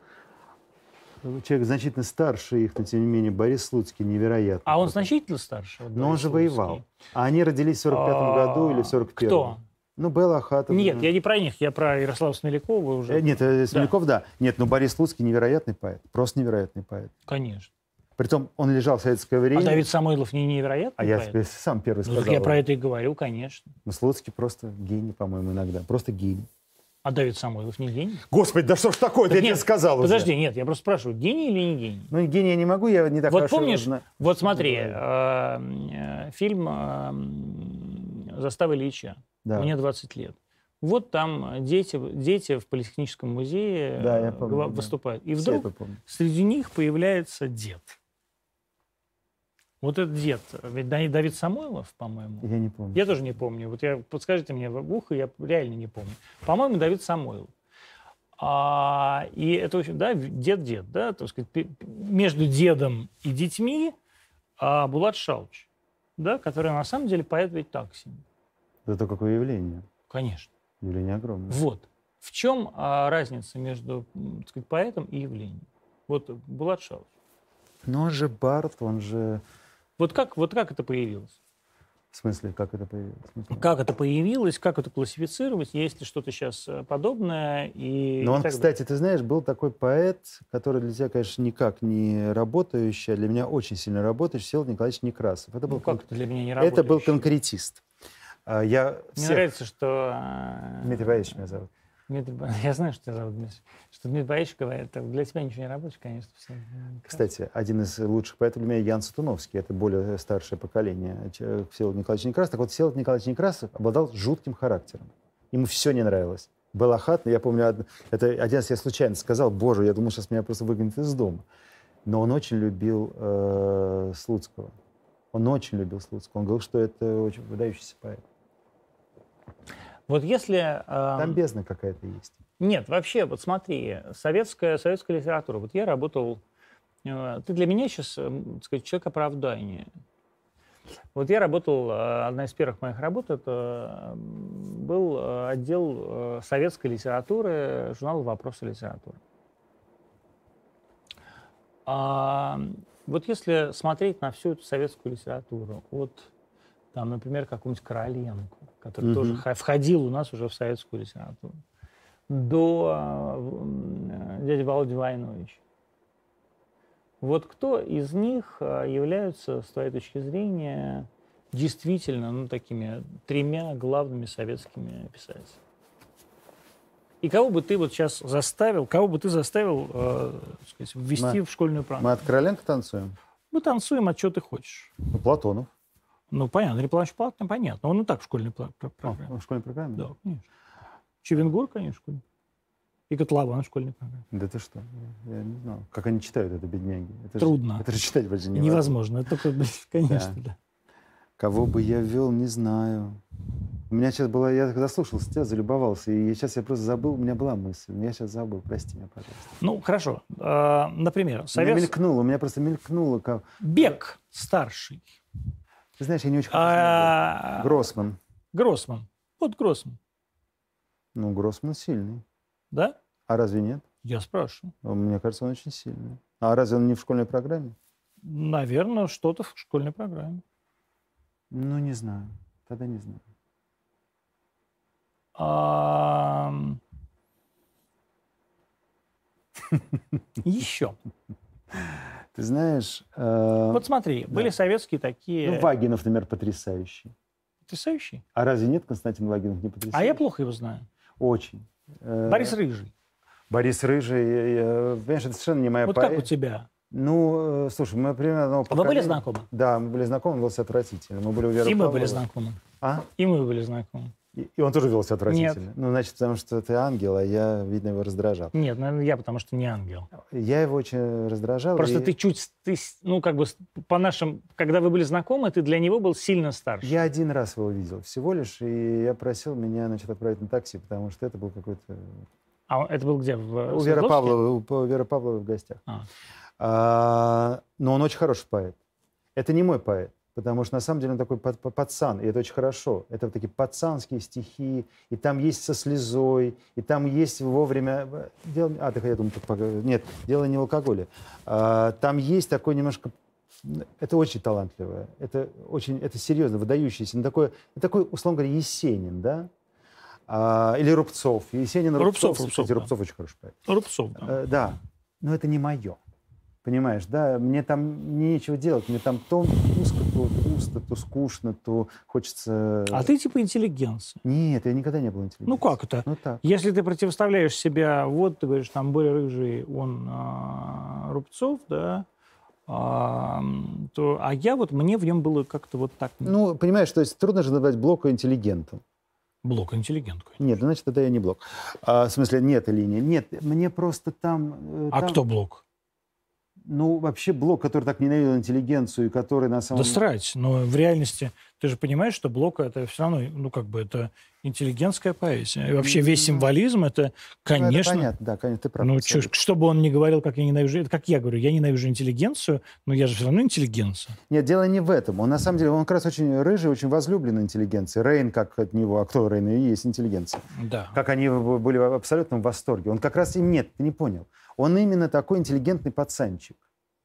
Человек значительно старше их, но тем не менее Борис Слуцкий невероятно. А он значительно старше? Вот, но он же воевал. А они родились в сорок пятом году или в сорок первом? Кто? Ну, Белоахатов. Нет, я не про них, я про Ярослава Смелякова уже. Нет, Смеляков, да. да. Нет, но Борис Слуцкий невероятный поэт. Просто невероятный поэт. Конечно. Притом он лежал в советское время. А Давид Самойлов не невероятный А поэт? я сам первый сказал. Ну, так я про это и говорю, конечно. Но Слуцкий просто гений, по-моему, иногда. Просто гений. А Давид Самойлов не гений? Господи, да что ж такое? Я тебе сказал уже. Подожди, нет, я просто спрашиваю, гений или не гений? Ну, гений я не могу, я не так вот хорошо помнишь, знаю. Вот смотри, э, фильм э, «Застава Ильича». Да. Мне двадцать лет. Вот там дети, дети в Политехническом музее да, я помню, выступают. Да. И вдруг среди них появляется дед. Вот этот дед, ведь Давид Самойлов, по-моему. Я не помню. Я тоже не помню. Вот я, подскажите мне в ухо, я реально не помню. По-моему, Давид Самойлов. А, и это, в общем, да, дед-дед, да, так сказать, между дедом и детьми а, Булат Шалыч, да, который на самом деле поэт ведь так себе. Это какое явление? Конечно. Явление огромное. Вот. В чем а, разница между, так сказать, поэтом и явлением? Вот Булат Шалыч. Ну, он же бард, он же... Вот как, вот как это появилось? В смысле, как это появилось? Как это появилось, как это классифицировать, есть ли что-то сейчас подобное. И, Но и он, так кстати, далее. ты знаешь, был такой поэт, который для тебя, конечно, никак не работающий, а для меня очень сильно работающий, Всеволод Николаевич Некрасов. Это был, Ну, как кон... это для меня не это работающий? был конкретист. А, Я Мне всех... нравится, что... Дмитрий Борисович меня зовут. Дмитрий... Я знаю, что тебя зовут Дмитрий. Что Дмитрий Борисович говорит, так, для тебя ничего не рабочий, конечно. Все. Кстати, один из лучших поэтов для меня Ян Сатуновский. Это более старшее поколение Всеволода Николаевича Некрасова. Так вот, Всеволод Николаевич Некрасов обладал жутким характером. Ему все не нравилось. Балахат, я помню, это один раз я случайно сказал, боже, я думал, сейчас меня просто выгонят из дома. Но он очень любил э, Слуцкого. Он очень любил Слуцкого. Он говорил, что это очень выдающийся поэт. Вот если... Э, Там бездна какая-то есть. Нет, вообще, вот смотри, советская, советская литература. Вот я работал... Э, ты для меня сейчас, э, так сказать, человек оправдания. Вот я работал, э, одна из первых моих работ, это э, был э, отдел э, советской литературы журнала «Вопросы литературы». А, вот если смотреть на всю эту советскую литературу, от, там, например, какого-нибудь Короленко, который mm-hmm. тоже входил у нас уже в советскую литературу, до э, дяди Володи Войновича. Вот кто из них являются, с твоей точки зрения, действительно ну, такими тремя главными советскими писателями? И кого бы ты вот сейчас заставил, кого бы ты заставил э, сказать, ввести мы, в школьную программу? Мы от Короленко танцуем? Мы танцуем, от чего ты хочешь. Ну, Платонов. Ну, понятно. Андрей Павлович Платонов, понятно. Он и так в школьной программе. О, в школьной программе? Да, конечно. Чевенгур, конечно. И Котлован в школьной программе. Да ты что? Я не знал. Как они читают это, бедняги? Это Трудно. Же, это же читать вообще невозможно. Невозможно. Это только, конечно, да. да. Кого бы я ввел, не знаю. У меня сейчас была... Я когда слушал тебя, залюбовался. И сейчас я просто забыл. У меня была мысль. Но я сейчас забыл. Прости меня, пожалуйста. Ну, хорошо. А, например, совет... У меня мелькнуло. У меня просто мелькнуло. Как... Бек старший. Ты знаешь, я не очень хочу а... Гроссман. Гроссман. Вот Гроссман. Ну, Гроссман сильный. Да? А разве нет? Я спрашиваю. Мне кажется, он очень сильный. А разве он не в школьной программе? Наверное, что-то в школьной программе. Ну, не знаю. Тогда не знаю. А... Еще. Ты знаешь... Э... Вот смотри, да. были советские такие... Ну, Вагинов, например, потрясающий. Потрясающий? А разве нет Константин Вагинов не потрясающий? А я плохо его знаю. Очень. Борис Рыжий. Борис Рыжий, я, понимаешь, это совершенно не моя вот поэзия. Вот как у тебя? Ну, слушай, мы примерно... А вы были знакомы? Да, мы были знакомы, он велся отвратительно. Мы были у Веры И мы Павловой. были знакомы. А? И мы были знакомы. И, и он тоже велся отвратительно? Нет. Ну, значит, потому что ты ангел, а я, видно, его раздражал. Нет, наверное, я, потому что не ангел. Я его очень раздражал. Просто и... ты чуть... Ты, ну, как бы, по нашим... Когда вы были знакомы, ты для него был сильно старше. Я один раз его видел всего лишь, и я просил меня, значит, отправить на такси, потому что это был какой-то... А это был где? В у Веры Павловой, у Веры Павловой в гостях. А. А, но он очень хороший поэт. Это не мой поэт, потому что на самом деле он такой пацан, и это очень хорошо. Это вот такие пацанские стихи, и там есть со слезой, и там есть вовремя... Дело... А, так я думаю, нет, дело не в алкоголе. А, там есть такой немножко... Это очень талантливое, это очень, это серьезно, выдающееся. Такой, такой, условно говоря, Есенин, да? А, или Рубцов. Есенин, Рубцов. Рубцов, кстати, Рубцов, Рубцов да. очень хороший поэт. Рубцов, да. А, да, но это не мое. Понимаешь, да? Мне там мне нечего делать. Мне там то узко, то пусто, то скучно, то хочется... А ты типа интеллигенция. Нет, я никогда не был интеллигентом. Ну как это? Ну так. Если ты противоставляешь себя, вот ты говоришь, там Боря Рыжий, он а, Рубцов, да, а, то, а я вот, мне в нем было как-то вот так... Ну, понимаешь, то есть трудно же назвать Блока интеллигентом. Блок интеллигент, конечно. Нет, значит, тогда я не Блок. А, в смысле, нет линии. Нет, мне просто там... А там... кто Блок? Ну, вообще Блок, который так ненавидел интеллигенцию, и который на самом деле... Да срать, но в реальности ты же понимаешь, что Блок это все равно, ну, как бы, это интеллигентская поэзия. И вообще весь символизм, это, конечно... Ну, это понятно, да, конечно, ты прав. Ну, чё, что бы он ни говорил, как я ненавижу... Это как я говорю, я ненавижу интеллигенцию, но я же все равно интеллигенция. Нет, дело не в этом. Он, на самом деле, он как раз очень рыжий, очень возлюбленный интеллигенцией. Рейн, как от него, а кто Рейн и есть интеллигенция. Да. Как они были в абсолютном восторге. Он как раз и нет, ты не понял. Он именно такой интеллигентный пацанчик.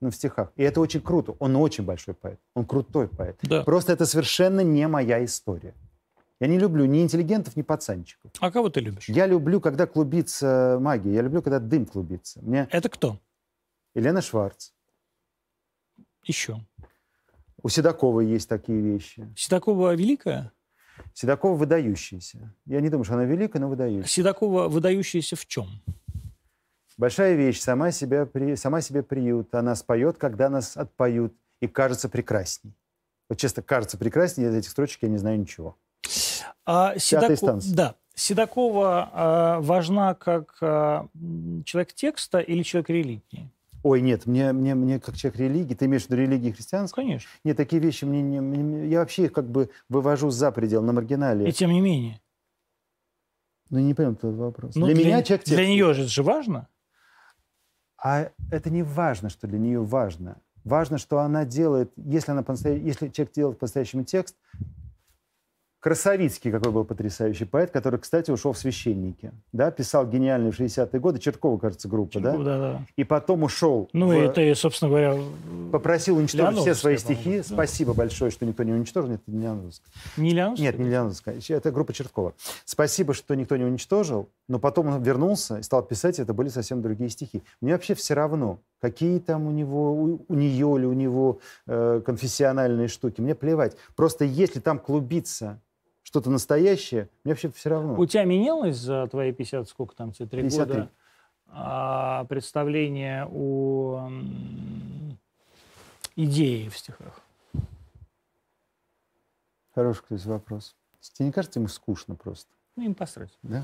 но в стихах. И это очень круто. Он очень большой поэт. Он крутой поэт. Да. Просто это совершенно не моя история. Я не люблю ни интеллигентов, ни пацанчиков. А кого ты любишь? Я люблю, когда клубится магия. Я люблю, когда дым клубится. Мне... Это кто? Елена Шварц. Еще. У Седокова есть такие вещи. Седокова великая? Седокова выдающаяся. Я не думаю, что она великая, но выдающаяся. Седокова выдающаяся в чем? Большая вещь. Сама, себя, при... Сама себе приют. Она споет, когда нас отпоют. И кажется прекрасней. Вот честно, кажется прекрасней. Из этих строчек я не знаю ничего. А, Пятая Седоко... станция. Да. Седокова а, важна как а, человек текста или человек религии? Ой, нет, мне, мне, мне как человек религии, ты имеешь в виду религии христианской? Конечно. Нет, такие вещи мне, не, мне... Я вообще их как бы вывожу за предел, на маргинале. И тем не менее. Ну, не понял этот вопрос. Ну, для, для, меня человек текста. Для нее же это же важно. А это не важно, что для нее важно. Важно, что она делает, если, она по-настоя... если человек делает по-настоящему текст. Красовицкий, какой был потрясающий поэт, который, кстати, ушел в священники. Да? Писал гениальные в шестидесятые годы. Черкова, кажется, группа. Черкова, да? Да, да. И потом ушел. Ну, в... это, собственно говоря... Попросил уничтожить все свои Леонидовская, стихи. да. Спасибо большое, что никто не уничтожил. Нет, это не Леонидовская. Не Леонидовская? Нет, не Леонидовская. Это группа Черткова. Спасибо, что никто не уничтожил. Но потом он вернулся и стал писать, и это были совсем другие стихи. Мне вообще все равно, какие там у него, у, у нее или у него э, конфессиональные штуки. Мне плевать. Просто если там клубится что-то настоящее, мне вообще все равно. У тебя менялось за твои пятьдесят, сколько там, тебе, три пятьдесят три. года а, представление о м, идее в стихах? Хороший, кстати, вопрос. Тебе не кажется ему скучно просто? Ну, им посрать. Да?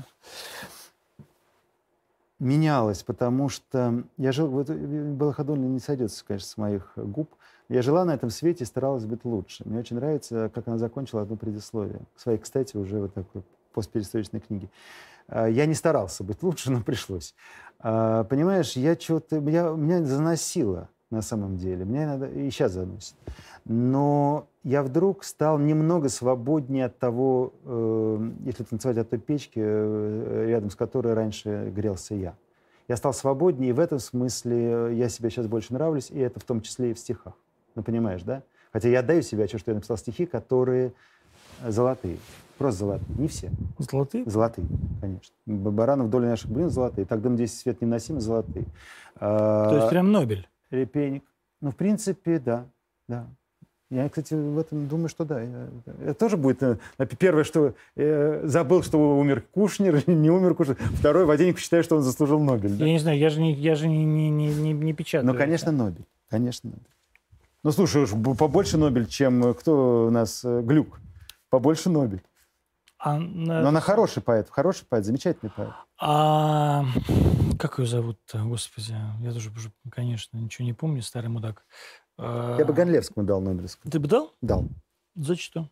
Менялось, потому что я жил... Вот, Балахадольна не сойдется, конечно, с моих губ. Я жила на этом свете и старалась быть лучше. Мне очень нравится, как она закончила одно предисловие. К своей, кстати, уже вот такой постперестроечной книге. Я не старался быть лучше, но пришлось. Понимаешь, я что-то... Я, меня заносило на самом деле. Меня иногда... И сейчас заносит. Но я вдруг стал немного свободнее от того, э, если танцевать от той печки, э, рядом с которой раньше грелся я. Я стал свободнее, и в этом смысле я себе сейчас больше нравлюсь, и это в том числе и в стихах. Ну, понимаешь, да? Хотя я отдаю себе отчет, что я написал стихи, которые золотые. Просто золотые. Не все. Золотые? Золотые, конечно. Баранов вдоль наших блин золотые. Так дым десять свет невыносимый золотые. То есть прям Нобель? Репейник. Ну, в принципе, да. Да. Я, кстати, в этом думаю, что да. Я, это тоже будет... Первое, что э, забыл, что умер Кушнер, не умер Кушнер. Второе, Воденко считает, что он заслужил Нобель. Да? Я не знаю, я же не, я же не, не, не, не, не печатаю. Ну, конечно, Нобель. Конечно, Нобель. Ну, слушай, уж побольше Нобель, чем кто у нас? Глюк. Побольше Нобель. А, Но она хороший поэт, хороший поэт, замечательный поэт. А как ее зовут-то, господи? Я тоже, конечно, ничего не помню, старый мудак. Я бы Гонлевскому дал Нобелевскую. Ты бы дал? Дал. За что?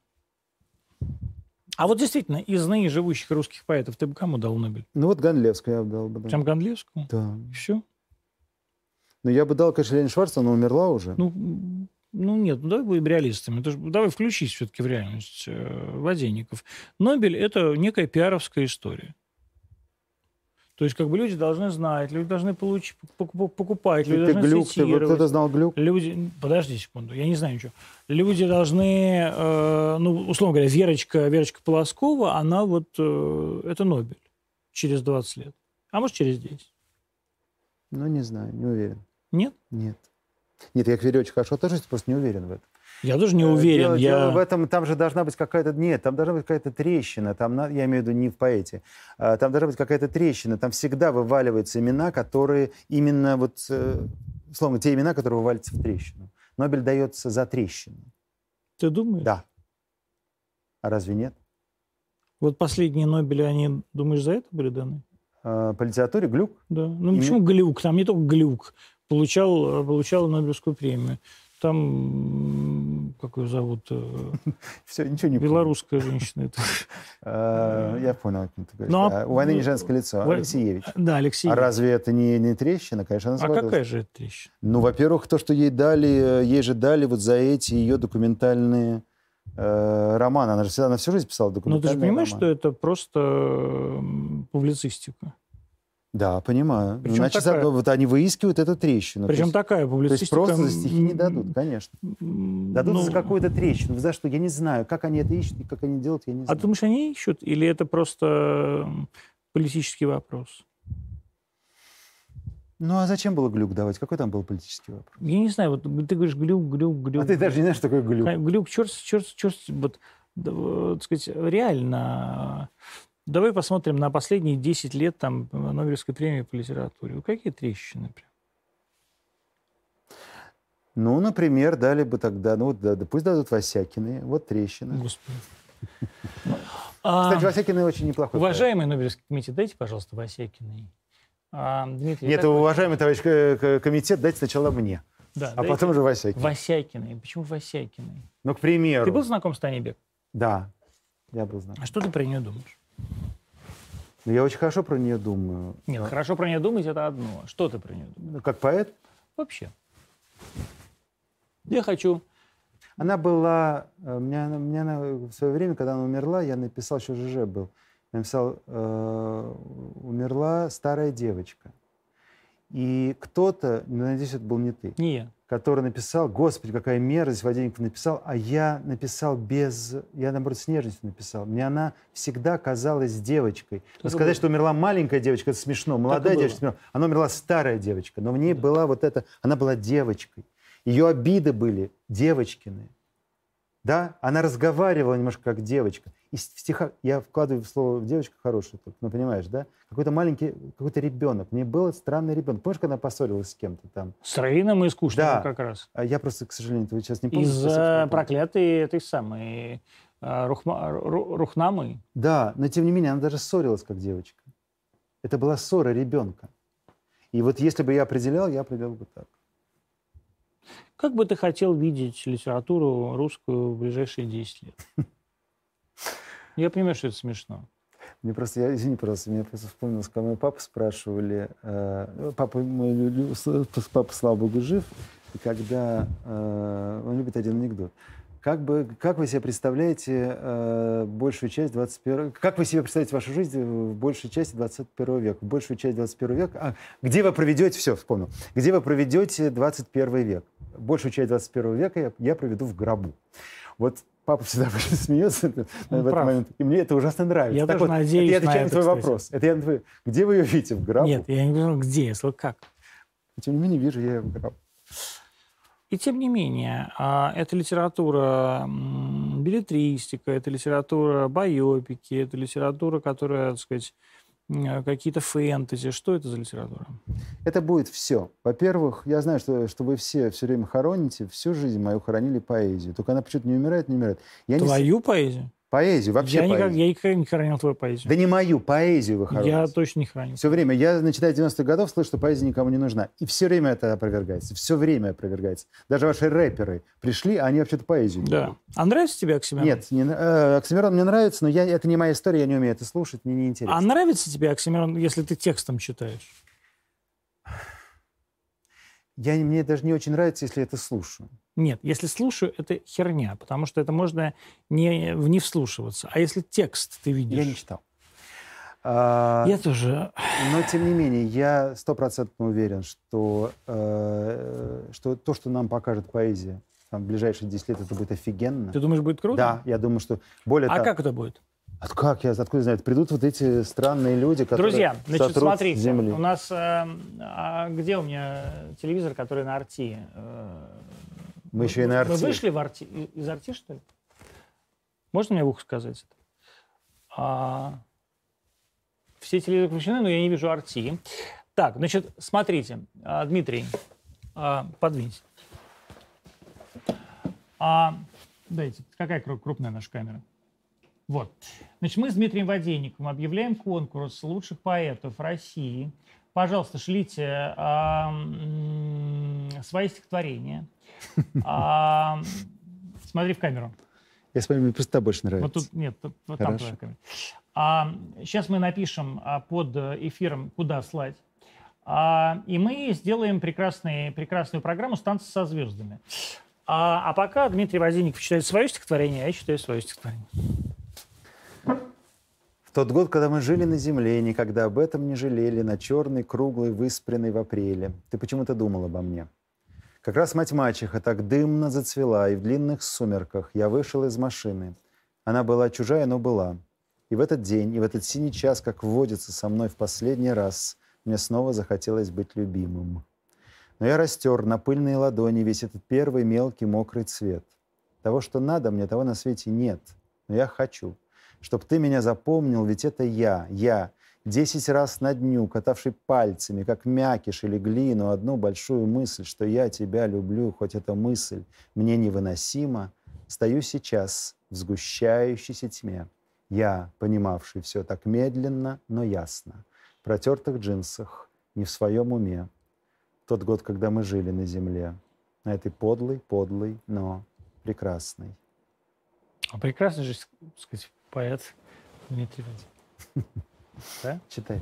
А вот действительно, из ныне живущих русских поэтов ты бы кому дал Нобель? Ну вот Гонлевскую я бы дал бы. Да. Прям Гонлевскому? Да. Все? Ну я бы дал, конечно, Лене Шварц, она умерла уже. Ну, ну нет, ну давай будем реалистами. Это ж, давай включись все-таки в реальность, э, Воденников. Нобель – это некая пиаровская история. То есть как бы люди должны знать, люди должны получить, покупать, люди ты должны Глюк, цитировать. Ты, кто-то знал Глюк? Люди, подожди секунду, я не знаю ничего. Люди должны, э, ну, условно говоря, Верочка, Верочка Полоскова, она вот, э, это Нобель через двадцать лет. А может, через десять. Ну, не знаю, не уверен. Нет? Нет. Нет, я к Вере очень хорошо отношусь, просто не уверен в этом. Я тоже не уверен. Дело, я... дело в этом, там же должна быть какая-то... Нет, там должна быть какая-то трещина. Там, я имею в виду не в поэте. Там должна быть какая-то трещина. Там всегда вываливаются имена, которые именно вот... Словно те имена, которые вываливаются в трещину. Нобель дается за трещину. Ты думаешь? Да. А разве нет? Вот последние Нобели, они, думаешь, за это были даны? А, по литературе Глюк? Да. Ну и почему Глюк? Там не только Глюк получал, получал Нобелевскую премию. Там, как ее зовут? Все, ничего не белорусская женщина. Я понял, о ком ты говоришь. У войны не женское лицо. Алексеевич. Да, Алексеевич. А разве это не, не трещина? Конечно, она А какая же это трещина? Ну, во-первых, то, что ей дали, ей же дали вот за эти ее документальные романы. Она же она всю жизнь писала документальные романы. Ну, ты же понимаешь, что это просто публицистика? Да, понимаю. Причем Значит, такая... вот они выискивают эту трещину. Причем то есть, такая публицистика... То есть просто за стихи не дадут, конечно. Дадут ну... за какую-то трещину. За что? Я не знаю, как они это ищут и как они делают, я не знаю. А ты думаешь, они ищут? Или это просто политический вопрос? Ну, а зачем было глюк давать? Какой там был политический вопрос? Я не знаю. Вот ты говоришь глюк, глюк, глюк. А ты даже не знаешь, что такое глюк. Глюк, черт, черт, черт. Вот, так сказать, реально... Давай посмотрим на последние десять лет там, Нобелевской премии по литературе. Какие трещины? Прям? Ну, например, дали бы тогда... Ну, да, да, пусть дадут Васякины. Вот трещина. Господи. Кстати, Васякины очень неплохой. Уважаемый Нобелевский комитет, дайте, пожалуйста, Васякиной. А, Дмитрий, Нет, уважаемый товарищ комитет, дайте сначала мне. Да, а потом уже Васякиной. Васякиной. Почему Васякиной? Ну, к примеру. Ты был знаком с Таней Бек? Да, я был знаком. А что ты про нее думаешь? Ну, я очень хорошо про нее думаю. Нет, а... хорошо про нее думать — это одно. Что ты про нее думаешь? Ну, как поэт? Вообще. Я хочу... Она была... Мне, мне она, в свое время, когда она умерла, я написал, еще ЖЖ был, я написал, э, умерла старая девочка. И кто-то, надеюсь, это был не ты, не я, который написал, господи, какая мерзость, Воденников написал, а я написал без... Я, наоборот, с нежностью написал. Мне она всегда казалась девочкой. Но сказать, было. Что умерла маленькая девочка, это смешно. Молодая девочка, смешно. Она умерла старая девочка. Но в ней да. была вот эта... Она была девочкой. Ее обиды были девочкины. Да? Она разговаривала немножко как девочка. И в стихах... Я вкладываю в слово «девочка» хорошее, ну, понимаешь, да? Какой-то маленький, какой-то ребенок. Мне был странный ребенок. Помнишь, когда она поссорилась с кем-то там? С Раином и Скучным да. как раз. Я просто, к сожалению, этого сейчас не помню. Из-за проклятой этой самой Рухма... Рухнамы. Да, но тем не менее, она даже ссорилась как девочка. Это была ссора ребенка. И вот если бы я определял, я определял бы так. Как бы ты хотел видеть литературу русскую в ближайшие десять лет? Я понимаю, что это смешно. Мне просто, я, извини, просто, мне просто вспомнилось, когда моего папу спрашивали, э, папа, мой, папа, слава богу, жив, и когда, э, он любит один анекдот. Как, бы, как вы себе представляете э, большую часть двадцать первого... Как вы себе представляете вашу жизнь в большей части двадцать первого века? В большую часть двадцать первого века... А, где вы проведете... Все, вспомнил. Где вы проведете двадцать первый век? Большую часть двадцать первого века я, я проведу в гробу. Вот папа всегда смеется в этот момент. И мне это ужасно нравится. Я так тоже вот, надеюсь это я отвечаю на на твой это, вопрос. кстати. Это я на твой... Где вы ее видите? В гробу? Нет, я не говорю, где, я сказал, как. Тем не менее, вижу я ее в гробу. И тем не менее, это литература беллетристика, это литература байопики, это литература, которая, так сказать, какие-то фэнтези. Что это за литература? Это будет все. Во-первых, я знаю, что, что вы все все время хороните, всю жизнь мою хоронили поэзию. Только она почему-то не умирает, не умирает. Я Твою не... поэзию? Поэзию, вообще я поэзию. Никак, я никогда не хранил твою поэзию. Да не мою, поэзию вы хороните. Я точно не хранил. Все время. Я, начиная с девяностых годов, слышу, что поэзия никому не нужна. И все время это опровергается. Все время опровергается. Даже ваши рэперы пришли, а они вообще-то поэзию не Да. делают. А нравится тебе Оксимирон? Нет, не, э, Оксимирон мне нравится, но я, это не моя история, я не умею это слушать, мне не интересно. А нравится тебе Оксимирон, если ты текстом читаешь? Я, мне даже не очень нравится, если я это слушаю. Нет, если слушаю, это херня, потому что это можно не, не вслушиваться. А если текст ты видишь... Я не читал. А, я тоже... Но, тем не менее, я стопроцентно уверен, что, э, что то, что нам покажет поэзия там, в ближайшие десять лет, это будет офигенно. Ты думаешь, будет круто? Да, я думаю, что... Более а того, как это будет? А как я, откуда знаю? Придут вот эти странные люди, которые Друзья, значит, смотрите, земли. у нас... Э, а где у меня телевизор, который на Арти? Э, Мы еще и на Арти. Мы вышли в Арти, из Арти, что ли? Можно мне в ухо сказать это? А, все телевизоры включены, но я не вижу Арти. Так, значит, смотрите, а, Дмитрий, а, подвиньте. А, дайте, какая крупная наша камера? Вот. Значит, мы с Дмитрием Воденниковым объявляем конкурс лучших поэтов России. Пожалуйста, шлите а, м, свои стихотворения. А, смотри в камеру. Я смотрю, мне просто больше нравится. Вот тут, нет, тут, вот там твоя камера. А, сейчас мы напишем а, под эфиром, куда слать. А, и мы сделаем прекрасный, прекрасную программу «Станция со звездами». А, а пока Дмитрий Воденников читает свое стихотворение, а я читаю свое стихотворение. В тот год, когда мы жили на земле, никогда об этом не жалели, на черный, круглый, выспренный в апреле. Ты почему-то думал обо мне. Как раз мать-мачеха так дымно зацвела, и в длинных сумерках я вышел из машины. Она была чужая, но была. И в этот день, и в этот синий час, как водится со мной в последний раз, мне снова захотелось быть любимым. Но я растер на пыльные ладони весь этот первый мелкий мокрый цвет. Того, что надо мне, того на свете нет. Но я хочу. Чтоб ты меня запомнил, ведь это я, я, десять раз на дню, катавший пальцами, как мякиш или глину, одну большую мысль, что я тебя люблю, хоть эта мысль мне невыносима, стою сейчас в сгущающейся тьме. Я, понимавший все так медленно, но ясно, в протертых джинсах, не в своем уме. Тот год, когда мы жили на земле, на этой подлой, подлой, но прекрасной. А прекрасный же, так сказать, поэт Дмитрий Владимирович. Да? Читай.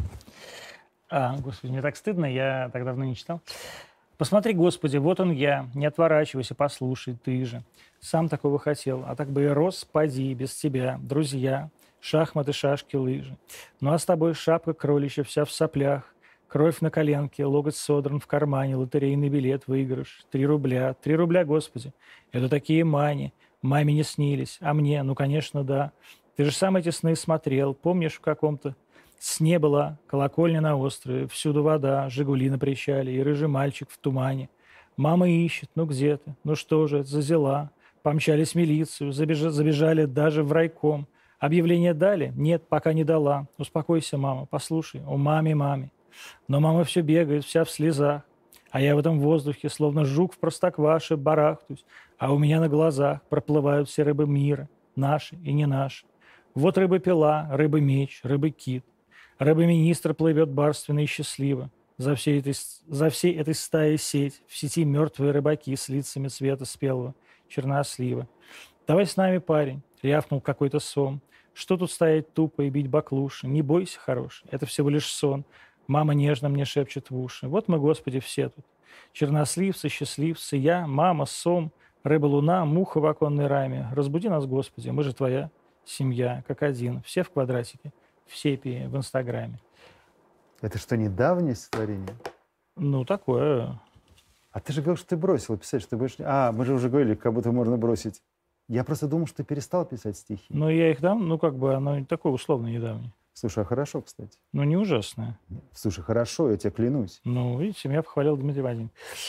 А, Господи, мне так стыдно, я так давно не читал. «Посмотри, Господи, вот он я, не отворачивайся, послушай, ты же. Сам такого хотел, а так бы и рос, поди, без тебя, друзья, шахматы, шашки, лыжи. Ну а с тобой шапка кроличья вся в соплях, кровь на коленке, локоть содран в кармане, лотерейный билет, выигрыш, три рубля, три рубля, Господи. Это такие мани, маме не снились, а мне, ну, конечно, да. Ты же сам эти сны смотрел, помнишь, в каком-то сне была колокольня на острове, всюду вода, «Жигули» на причале и рыжий мальчик в тумане. Мама ищет, ну где ты? Ну что же, зазела. Помчались в милицию, забежали, забежали даже в райком. Объявление дали? Нет, пока не дала. Успокойся, мама, послушай, о маме, маме. Но мама все бегает, вся в слезах. А я в этом воздухе, словно жук в простокваше, барахтусь. А у меня на глазах проплывают все рыбы мира, наши и не наши. Вот рыба-пила, рыба-меч, рыба-кит. Рыба-министр плывет барственно и счастливо. За всей, этой, за всей этой стаей сеть, в сети мертвые рыбаки с лицами цвета спелого чернослива. «Давай с нами, парень», — рявкнул какой-то сом. «Что тут стоять тупо и бить баклуши? Не бойся, хороший, это всего лишь сон». Мама нежно мне шепчет в уши. Вот мы, Господи, все тут. Черносливцы, счастливцы, я, мама, сом, рыба-луна, муха в оконной раме. Разбуди нас, Господи, мы же твоя семья, как один. Все в квадратике, в сепии, в Инстаграме. Это что, недавнее стихотворение? Ну, такое. А ты же говорил, что ты бросил писать, что ты будешь... А, мы же уже говорили, как будто можно бросить. Я просто думал, что ты перестал писать стихи. Ну, я их дам, ну, как бы, оно такое условно недавнее. Слушай, а хорошо, кстати. Ну, не ужасное. Слушай, хорошо, я тебе клянусь. Ну, видите, меня похвалил Дмитрий Владимирович.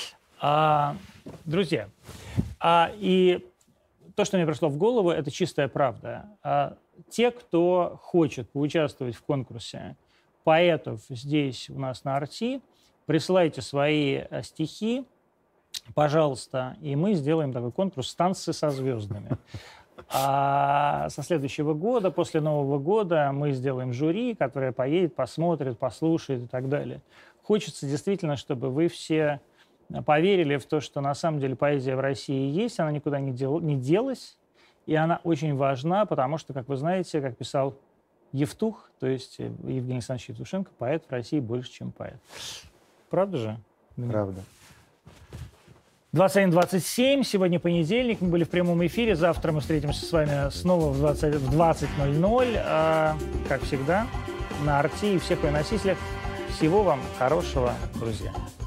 А, друзья, а, и то, что мне пришло в голову, это чистая правда. А, те, кто хочет поучаствовать в конкурсе поэтов здесь у нас на Арти, присылайте свои а, стихи, пожалуйста, и мы сделаем такой конкурс «Танцы со звездами». А со следующего года, после Нового года, мы сделаем жюри, которое поедет, посмотрит, послушает и так далее. Хочется действительно, чтобы вы все поверили в то, что на самом деле поэзия в России есть, она никуда не, дел, не делась, и она очень важна, потому что, как вы знаете, как писал Евтух, то есть Евгений Александрович Евтушенко, поэт в России больше, чем поэт. Правда же? Правда. двадцать один двадцать семь, сегодня понедельник, мы были в прямом эфире, завтра мы встретимся с вами снова в двадцать ноль ноль, а, как всегда, на Арти и всех носителях. Всего вам хорошего, друзья.